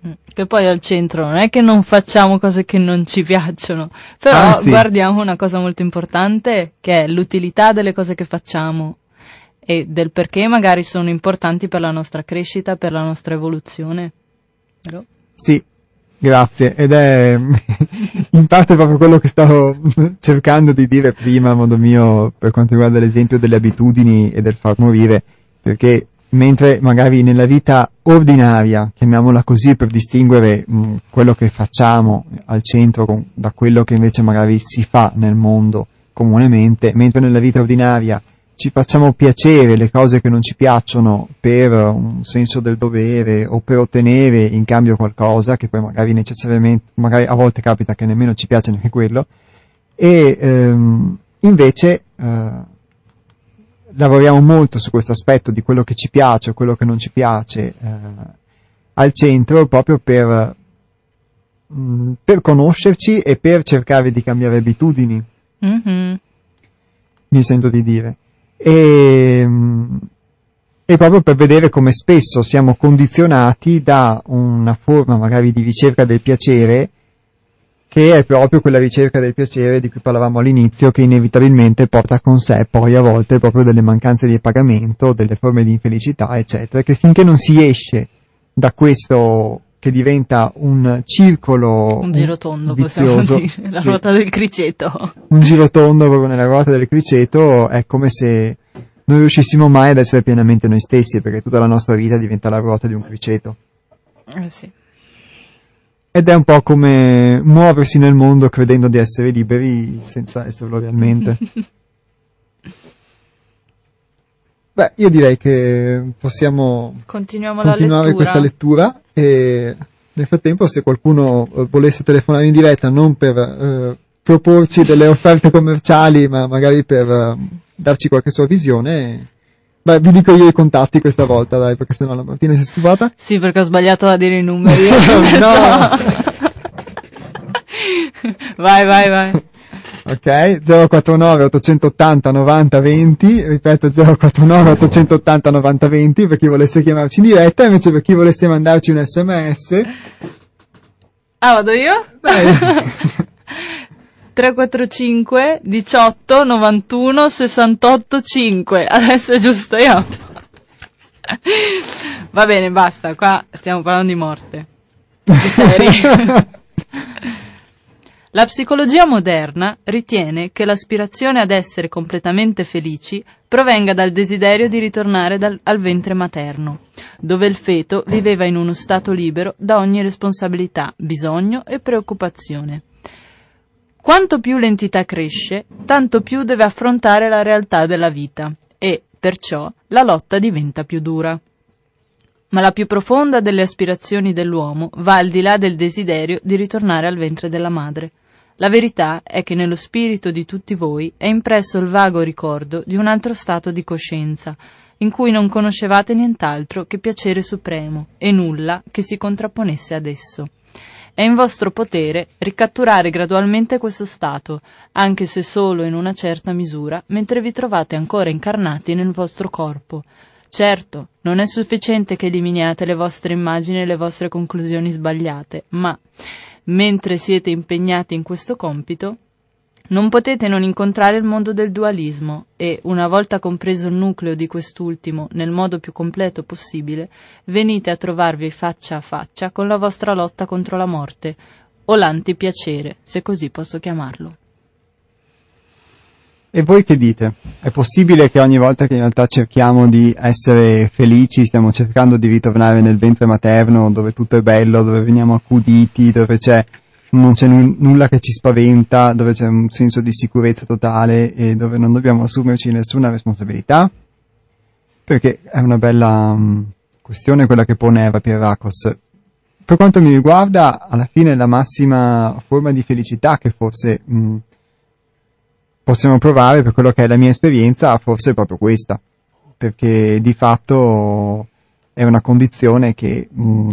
Speaker 2: Che poi al centro non è che non facciamo cose che non ci piacciono, però guardiamo una cosa molto importante, che è l'utilità delle cose che facciamo e del perché magari sono importanti per la nostra crescita, per la nostra evoluzione. Vero?
Speaker 1: Sì, grazie, ed è in parte proprio quello che stavo cercando di dire prima a modo mio per quanto riguarda l'esempio delle abitudini e del far morire, perché mentre magari nella vita ordinaria, chiamiamola così per distinguere quello che facciamo al centro da quello che invece magari si fa nel mondo comunemente, mentre nella vita ordinaria ci facciamo piacere le cose che non ci piacciono per un senso del dovere o per ottenere in cambio qualcosa che poi magari necessariamente, magari a volte capita che nemmeno ci piace neanche quello, e invece lavoriamo molto su questo aspetto di quello che ci piace o quello che non ci piace al centro, proprio per conoscerci e per cercare di cambiare abitudini.
Speaker 2: Mm-hmm.
Speaker 1: Mi sento di dire. E proprio per vedere come spesso siamo condizionati da una forma magari di ricerca del piacere, che è proprio quella ricerca del piacere di cui parlavamo all'inizio, che inevitabilmente porta con sé poi a volte proprio delle mancanze di pagamento, delle forme di infelicità, eccetera, che finché non si esce da questo, che diventa un circolo,
Speaker 2: un girotondo,
Speaker 1: vizioso,
Speaker 2: possiamo dire, la ruota del criceto.
Speaker 1: Un girotondo proprio nella ruota del criceto, è come se non riuscissimo mai ad essere pienamente noi stessi, perché tutta la nostra vita diventa la ruota di un criceto.
Speaker 2: Sì.
Speaker 1: Ed è un po' come muoversi nel mondo credendo di essere liberi senza esserlo realmente. Beh, io direi che possiamo continuare questa lettura, e nel frattempo, se qualcuno volesse telefonare in diretta, non per proporci delle offerte commerciali, ma magari per darci qualche sua visione, beh, vi dico io i contatti questa volta, dai, perché sennò la Martina si è stufata.
Speaker 2: Sì, perché ho sbagliato a dire i numeri.
Speaker 1: No!
Speaker 2: Vai.
Speaker 1: Ok, 049 880 90 20, ripeto 049 880 90 20 per chi volesse chiamarci in diretta, invece per chi volesse mandarci un SMS.
Speaker 2: Ah, vado io?
Speaker 1: Dai.
Speaker 2: 345 18 91 68 5. Adesso è giusto io. Va bene, basta, qua stiamo parlando di morte. Di serie. La psicologia moderna ritiene che l'aspirazione ad essere completamente felici provenga dal desiderio di ritornare al ventre materno, dove il feto viveva in uno stato libero da ogni responsabilità, bisogno e preoccupazione. Quanto più l'entità cresce, tanto più deve affrontare la realtà della vita e, perciò, la lotta diventa più dura. Ma la più profonda delle aspirazioni dell'uomo va al di là del desiderio di ritornare al ventre della madre. La verità è che nello spirito di tutti voi è impresso il vago ricordo di un altro stato di coscienza, in cui non conoscevate nient'altro che piacere supremo e nulla che si contrapponesse ad esso. È in vostro potere ricatturare gradualmente questo stato, anche se solo in una certa misura, mentre vi trovate ancora incarnati nel vostro corpo. Certo, non è sufficiente che eliminiate le vostre immagini e le vostre conclusioni sbagliate, ma, mentre siete impegnati in questo compito, non potete non incontrare il mondo del dualismo e, una volta compreso il nucleo di quest'ultimo nel modo più completo possibile, venite a trovarvi faccia a faccia con la vostra lotta contro la morte, o l'antipiacere, se così posso chiamarlo.
Speaker 1: E voi che dite? È possibile che ogni volta che in realtà cerchiamo di essere felici, stiamo cercando di ritornare nel ventre materno, dove tutto è bello, dove veniamo accuditi, dove non c'è nulla che ci spaventa, dove c'è un senso di sicurezza totale e dove non dobbiamo assumerci nessuna responsabilità? Perché è una bella questione quella che pone Eva Pierrakos. Per quanto mi riguarda, alla fine la massima forma di felicità che forse possiamo provare, per quello che è la mia esperienza, forse è proprio questa, perché di fatto è una condizione che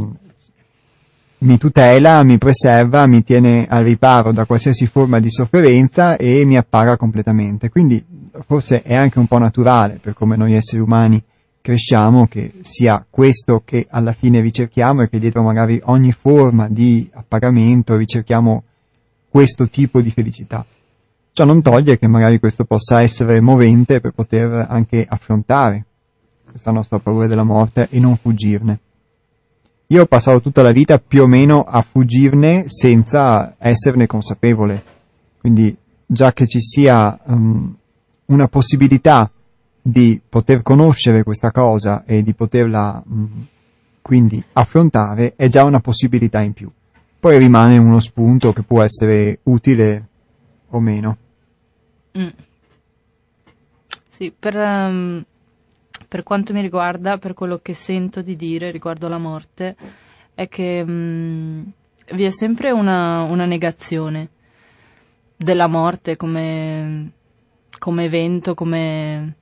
Speaker 1: mi tutela, mi preserva, mi tiene al riparo da qualsiasi forma di sofferenza e mi appaga completamente. Quindi forse è anche un po' naturale, per come noi esseri umani cresciamo, che sia questo che alla fine ricerchiamo e che dietro magari ogni forma di appagamento ricerchiamo questo tipo di felicità. Ciò non toglie che magari questo possa essere movente per poter anche affrontare questa nostra paura della morte e non fuggirne. Io ho passato tutta la vita più o meno a fuggirne senza esserne consapevole, quindi già che ci sia una possibilità di poter conoscere questa cosa e di poterla quindi affrontare è già una possibilità in più. Poi rimane uno spunto che può essere utile o meno.
Speaker 2: Sì, per quanto mi riguarda, per quello che sento di dire riguardo alla morte, è che vi è sempre una negazione della morte come evento, come...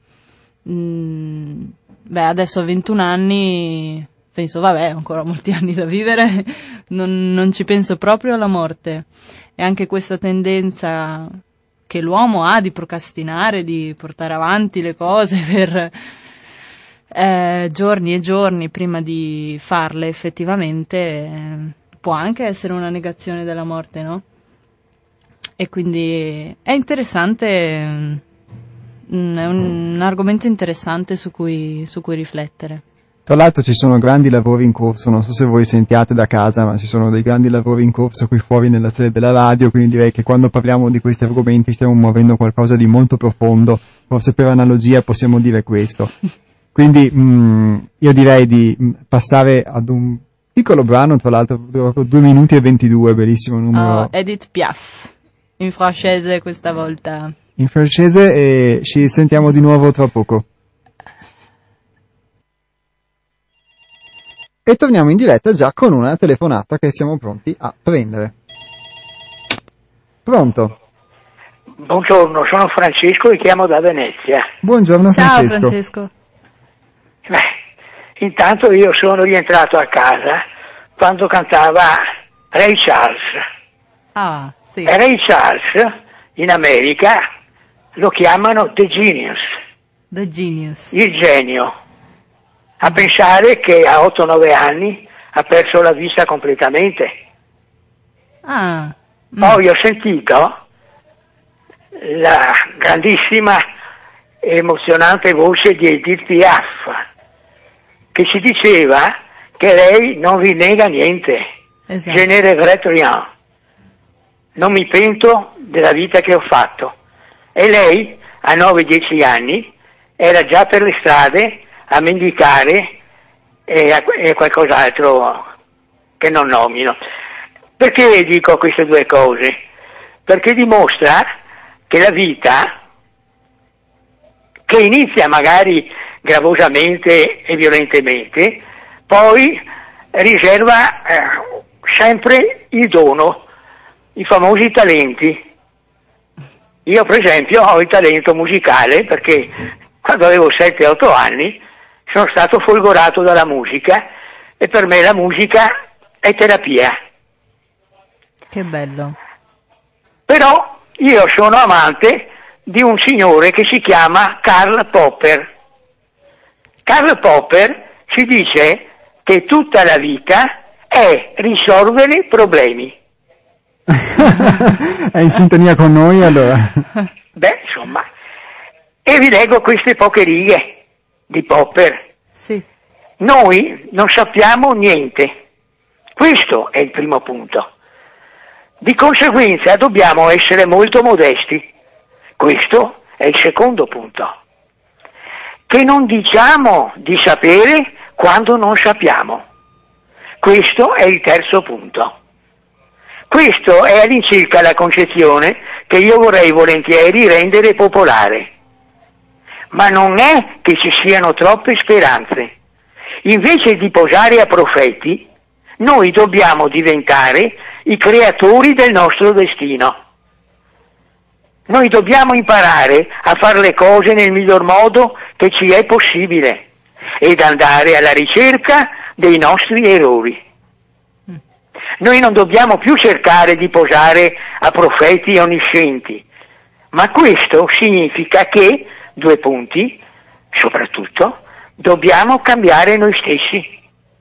Speaker 2: adesso a 21 anni penso, vabbè, ho ancora molti anni da vivere, non ci penso proprio alla morte. E anche questa tendenza che l'uomo ha di procrastinare, di portare avanti le cose per giorni e giorni prima di farle effettivamente, può anche essere una negazione della morte, no? E quindi è interessante, è un argomento interessante su cui riflettere.
Speaker 1: Tra l'altro ci sono grandi lavori in corso, non so se voi sentiate da casa, ma ci sono dei grandi lavori in corso qui fuori nella sede della radio, quindi direi che quando parliamo di questi argomenti stiamo muovendo qualcosa di molto profondo, forse per analogia possiamo dire questo. Quindi io direi di passare ad un piccolo brano, tra l'altro 2 minuti e 22, bellissimo numero.
Speaker 2: Edith Piaf, in francese questa volta.
Speaker 1: In francese, e ci sentiamo di nuovo tra poco. E torniamo in diretta già con una telefonata che siamo pronti a prendere. Pronto?
Speaker 4: Buongiorno, sono Francesco e chiamo da Venezia.
Speaker 1: Buongiorno.
Speaker 2: Ciao
Speaker 1: Francesco.
Speaker 2: Francesco.
Speaker 4: Intanto io sono rientrato a casa quando cantava Ray Charles.
Speaker 2: Ah, sì.
Speaker 4: E Ray Charles in America lo chiamano The Genius.
Speaker 2: The Genius.
Speaker 4: Il genio. A pensare che a 8-9 anni ha perso la vista completamente. Poi ho sentito la grandissima e emozionante voce di Edith Piaf, che ci diceva che lei non rinnega niente.
Speaker 2: Esatto.
Speaker 4: Je ne regrette rien. Non mi pento della vita che ho fatto. E lei, a 9-10 anni, era già per le strade a mendicare e qualcos'altro che non nomino. Perché dico queste due cose? Perché dimostra che la vita, che inizia magari gravosamente e violentemente, poi riserva sempre il dono, i famosi talenti. Io per esempio ho il talento musicale perché quando avevo 7-8 anni sono stato folgorato dalla musica e per me la musica è terapia.
Speaker 2: Che bello.
Speaker 4: Però io sono amante di un signore che si chiama Karl Popper. Karl Popper ci dice che tutta la vita è risolvere problemi.
Speaker 1: È in sintonia con noi allora?
Speaker 4: Beh, insomma. E vi leggo queste poche righe di Popper.
Speaker 2: Sì.
Speaker 4: Noi non sappiamo niente. Questo è il primo punto. Di conseguenza dobbiamo essere molto modesti. Questo è il secondo punto. Che non diciamo di sapere quando non sappiamo. Questo è il terzo punto. Questo è all'incirca la concezione che io vorrei volentieri rendere popolare. Ma non è che ci siano troppe speranze. Invece di posare a profeti, noi dobbiamo diventare i creatori del nostro destino. Noi dobbiamo imparare a fare le cose nel miglior modo che ci è possibile ed andare alla ricerca dei nostri errori. Noi non dobbiamo più cercare di posare a profeti onniscienti, ma questo significa che, 2 punti, soprattutto, dobbiamo cambiare noi stessi.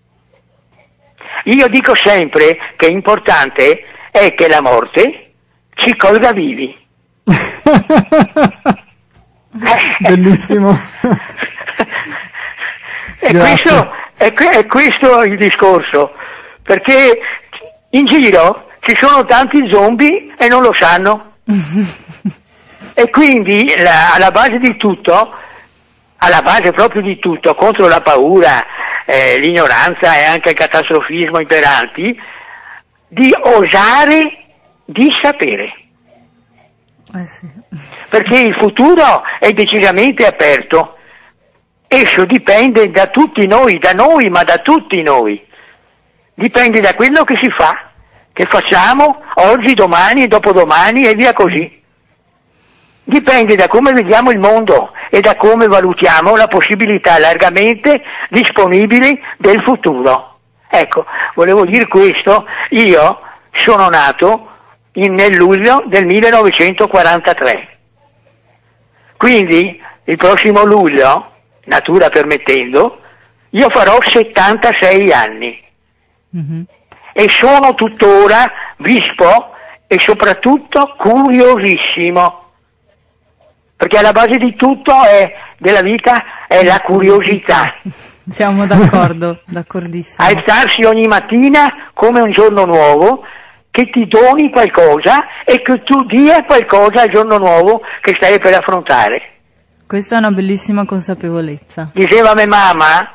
Speaker 4: Io dico sempre che l'importante è che la morte ci colga vivi.
Speaker 1: Bellissimo.
Speaker 4: È questo il discorso, perché in giro ci sono tanti zombie e non lo sanno. E quindi alla base di tutto, alla base proprio di tutto, contro la paura, l'ignoranza e anche il catastrofismo imperanti, di osare di sapere.
Speaker 2: Sì.
Speaker 4: Perché il futuro è decisamente aperto. Esso dipende da tutti noi, da noi, ma da tutti noi. Dipende da quello che si fa, che facciamo oggi, domani e dopodomani e via così. Dipende da come vediamo il mondo e da come valutiamo la possibilità largamente disponibili del futuro. Ecco, volevo dire questo. Io sono nato nel luglio del 1943. Quindi il prossimo luglio, natura permettendo, io farò 76 anni.
Speaker 2: Mm-hmm.
Speaker 4: E sono tuttora vispo e soprattutto curiosissimo, perché alla base di tutto della vita è la curiosità.
Speaker 2: Siamo d'accordo, d'accordissimo.
Speaker 4: Alzarsi ogni mattina come un giorno nuovo, che ti doni qualcosa e che tu dia qualcosa al giorno nuovo che stai per affrontare.
Speaker 2: Questa è una bellissima consapevolezza.
Speaker 4: Diceva mia mamma,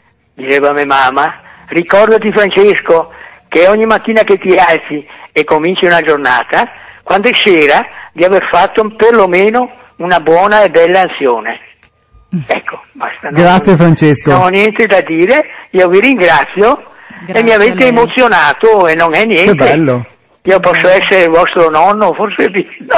Speaker 4: ricordati Francesco, che ogni mattina che ti alzi e cominci una giornata, quando è sera, di aver fatto perlomeno una buona e bella azione. Ecco, basta.
Speaker 1: Grazie Francesco.
Speaker 4: Non ho niente da dire, io vi ringrazio.
Speaker 2: Grazie
Speaker 4: e mi avete emozionato e non è niente.
Speaker 1: Che bello.
Speaker 4: Io posso essere il vostro nonno, forse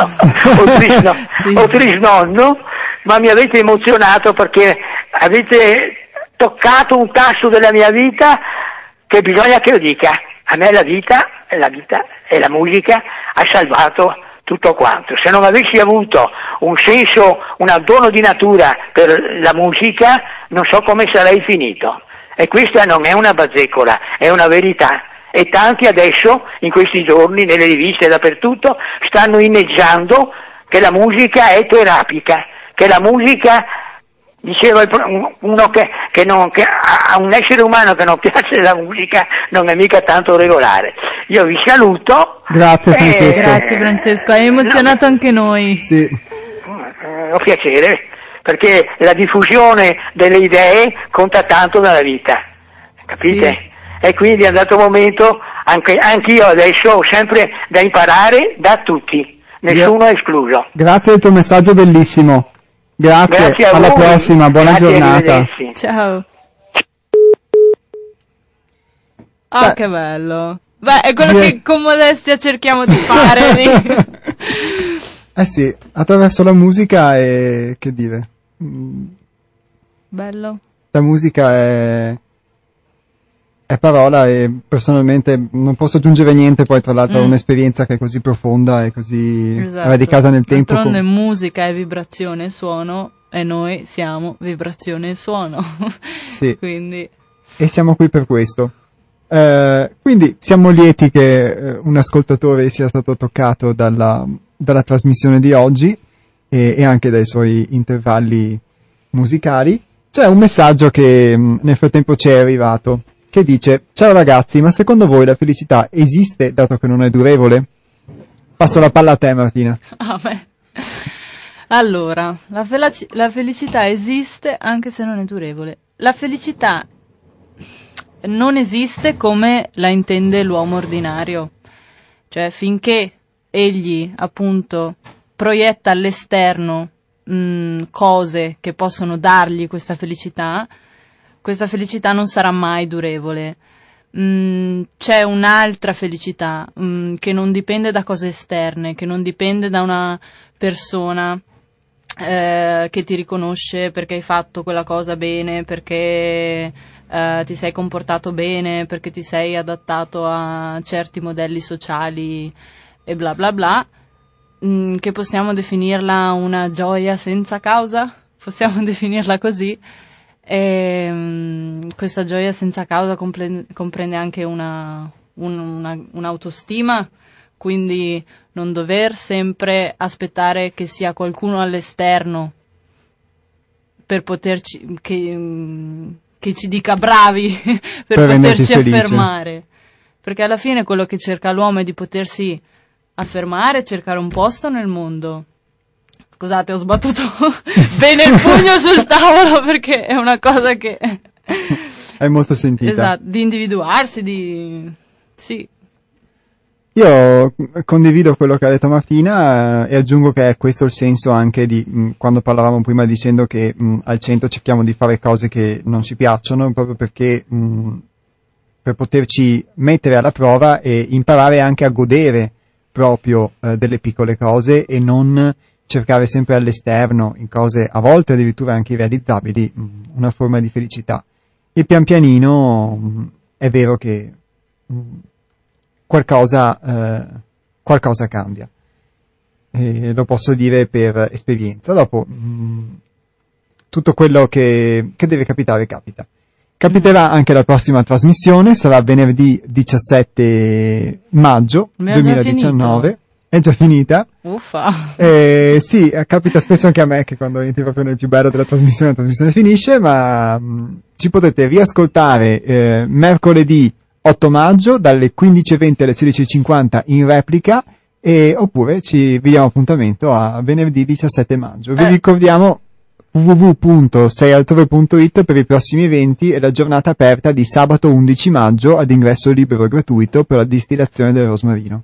Speaker 4: o trisnonno, ma mi avete emozionato perché avete toccato un tasto della mia vita che bisogna che io dica. A me la vita e la musica ha salvato tutto quanto. Se non avessi avuto un senso, un dono di natura per la musica, non so come sarei finito. E questa non è una bazzecola, è una verità. E tanti adesso, in questi giorni, nelle riviste e dappertutto, stanno inneggiando che la musica è terapica, che la musica, diceva uno che a un essere umano che non piace la musica non è mica tanto regolare. Io vi saluto.
Speaker 1: Grazie Francesco.
Speaker 2: Grazie Francesco, hai emozionato anche noi.
Speaker 1: Sì.
Speaker 4: Ho piacere, perché la diffusione delle idee conta tanto nella vita, capite?
Speaker 2: Sì.
Speaker 4: E quindi è andato un momento, anch'io adesso ho sempre da imparare da tutti, nessuno è escluso.
Speaker 1: Grazie del tuo messaggio bellissimo. Grazie alla
Speaker 4: voi.
Speaker 1: prossima, buona giornata.
Speaker 4: Arrivederci.
Speaker 2: Ciao. Ah, che bello. Beh, è quello che con modestia cerchiamo di fare.
Speaker 1: Sì, attraverso la musica che dire?
Speaker 2: Bello.
Speaker 1: La musica è parola e personalmente non posso aggiungere niente, poi tra l'altro è un'esperienza che è così profonda e così radicata nel tempo.
Speaker 2: D'altronde musica è vibrazione e suono e noi siamo vibrazione e suono.
Speaker 1: Sì.
Speaker 2: Quindi.
Speaker 1: E siamo qui per questo. Quindi siamo lieti che un ascoltatore sia stato toccato dalla trasmissione di oggi e anche dai suoi intervalli musicali. C'è un messaggio che nel frattempo ci è arrivato, che dice: ciao ragazzi, ma secondo voi la felicità esiste dato che non è durevole? Passo la palla a te Martina.
Speaker 2: Allora, la felicità esiste anche se non è durevole. La felicità non esiste come la intende l'uomo ordinario, cioè finché egli appunto proietta all'esterno cose che possono dargli questa felicità non sarà mai durevole. C'è un'altra felicità che non dipende da cose esterne, che non dipende da una persona che ti riconosce perché hai fatto quella cosa bene, perché ti sei comportato bene, perché ti sei adattato a certi modelli sociali e bla bla bla, che possiamo definirla una gioia senza causa, possiamo definirla così. E questa gioia senza causa comprende anche un'autostima, quindi non dover sempre aspettare che sia qualcuno all'esterno per poterci che ci dica bravi per poterci affermare, perché alla fine quello che cerca l'uomo è di potersi affermare, cercare un posto nel mondo. Scusate, ho sbattuto bene il pugno sul tavolo perché è una cosa che
Speaker 1: è molto sentita.
Speaker 2: Esatto, di individuarsi, sì.
Speaker 1: Io condivido quello che ha detto Martina e aggiungo che è questo il senso anche di quando parlavamo prima dicendo che al centro cerchiamo di fare cose che non ci piacciono, proprio perché per poterci mettere alla prova e imparare anche a godere proprio delle piccole cose e non cercare sempre all'esterno, in cose a volte addirittura anche irrealizzabili, una forma di felicità. E pian pianino è vero che qualcosa cambia. E lo posso dire per esperienza. Dopo, tutto quello che deve capitare capita. Capiterà anche la prossima trasmissione, sarà venerdì 17 maggio 2019. È già finita.
Speaker 2: Uffa.
Speaker 1: Sì, capita spesso anche a me che quando entri proprio nel più bello della trasmissione, la trasmissione finisce, ma ci potete riascoltare mercoledì 8 maggio dalle 15:20 alle 16:50 in replica, oppure vi diamo appuntamento a venerdì 17 maggio. Vi ricordiamo www.seialtrove.it per i prossimi eventi e la giornata aperta di sabato 11 maggio ad ingresso libero e gratuito per la distillazione del rosmarino.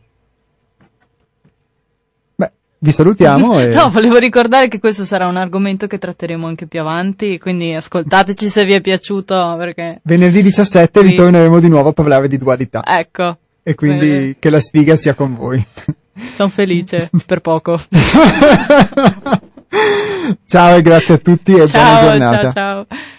Speaker 1: Vi salutiamo.
Speaker 2: No, volevo ricordare che questo sarà un argomento che tratteremo anche più avanti, quindi ascoltateci se vi è piaciuto, perché
Speaker 1: venerdì 17 ritorneremo di nuovo a parlare di dualità.
Speaker 2: Ecco.
Speaker 1: E quindi che la sfiga sia con voi.
Speaker 2: Sono felice, per poco.
Speaker 1: Ciao e grazie a tutti e buona giornata.
Speaker 2: Ciao.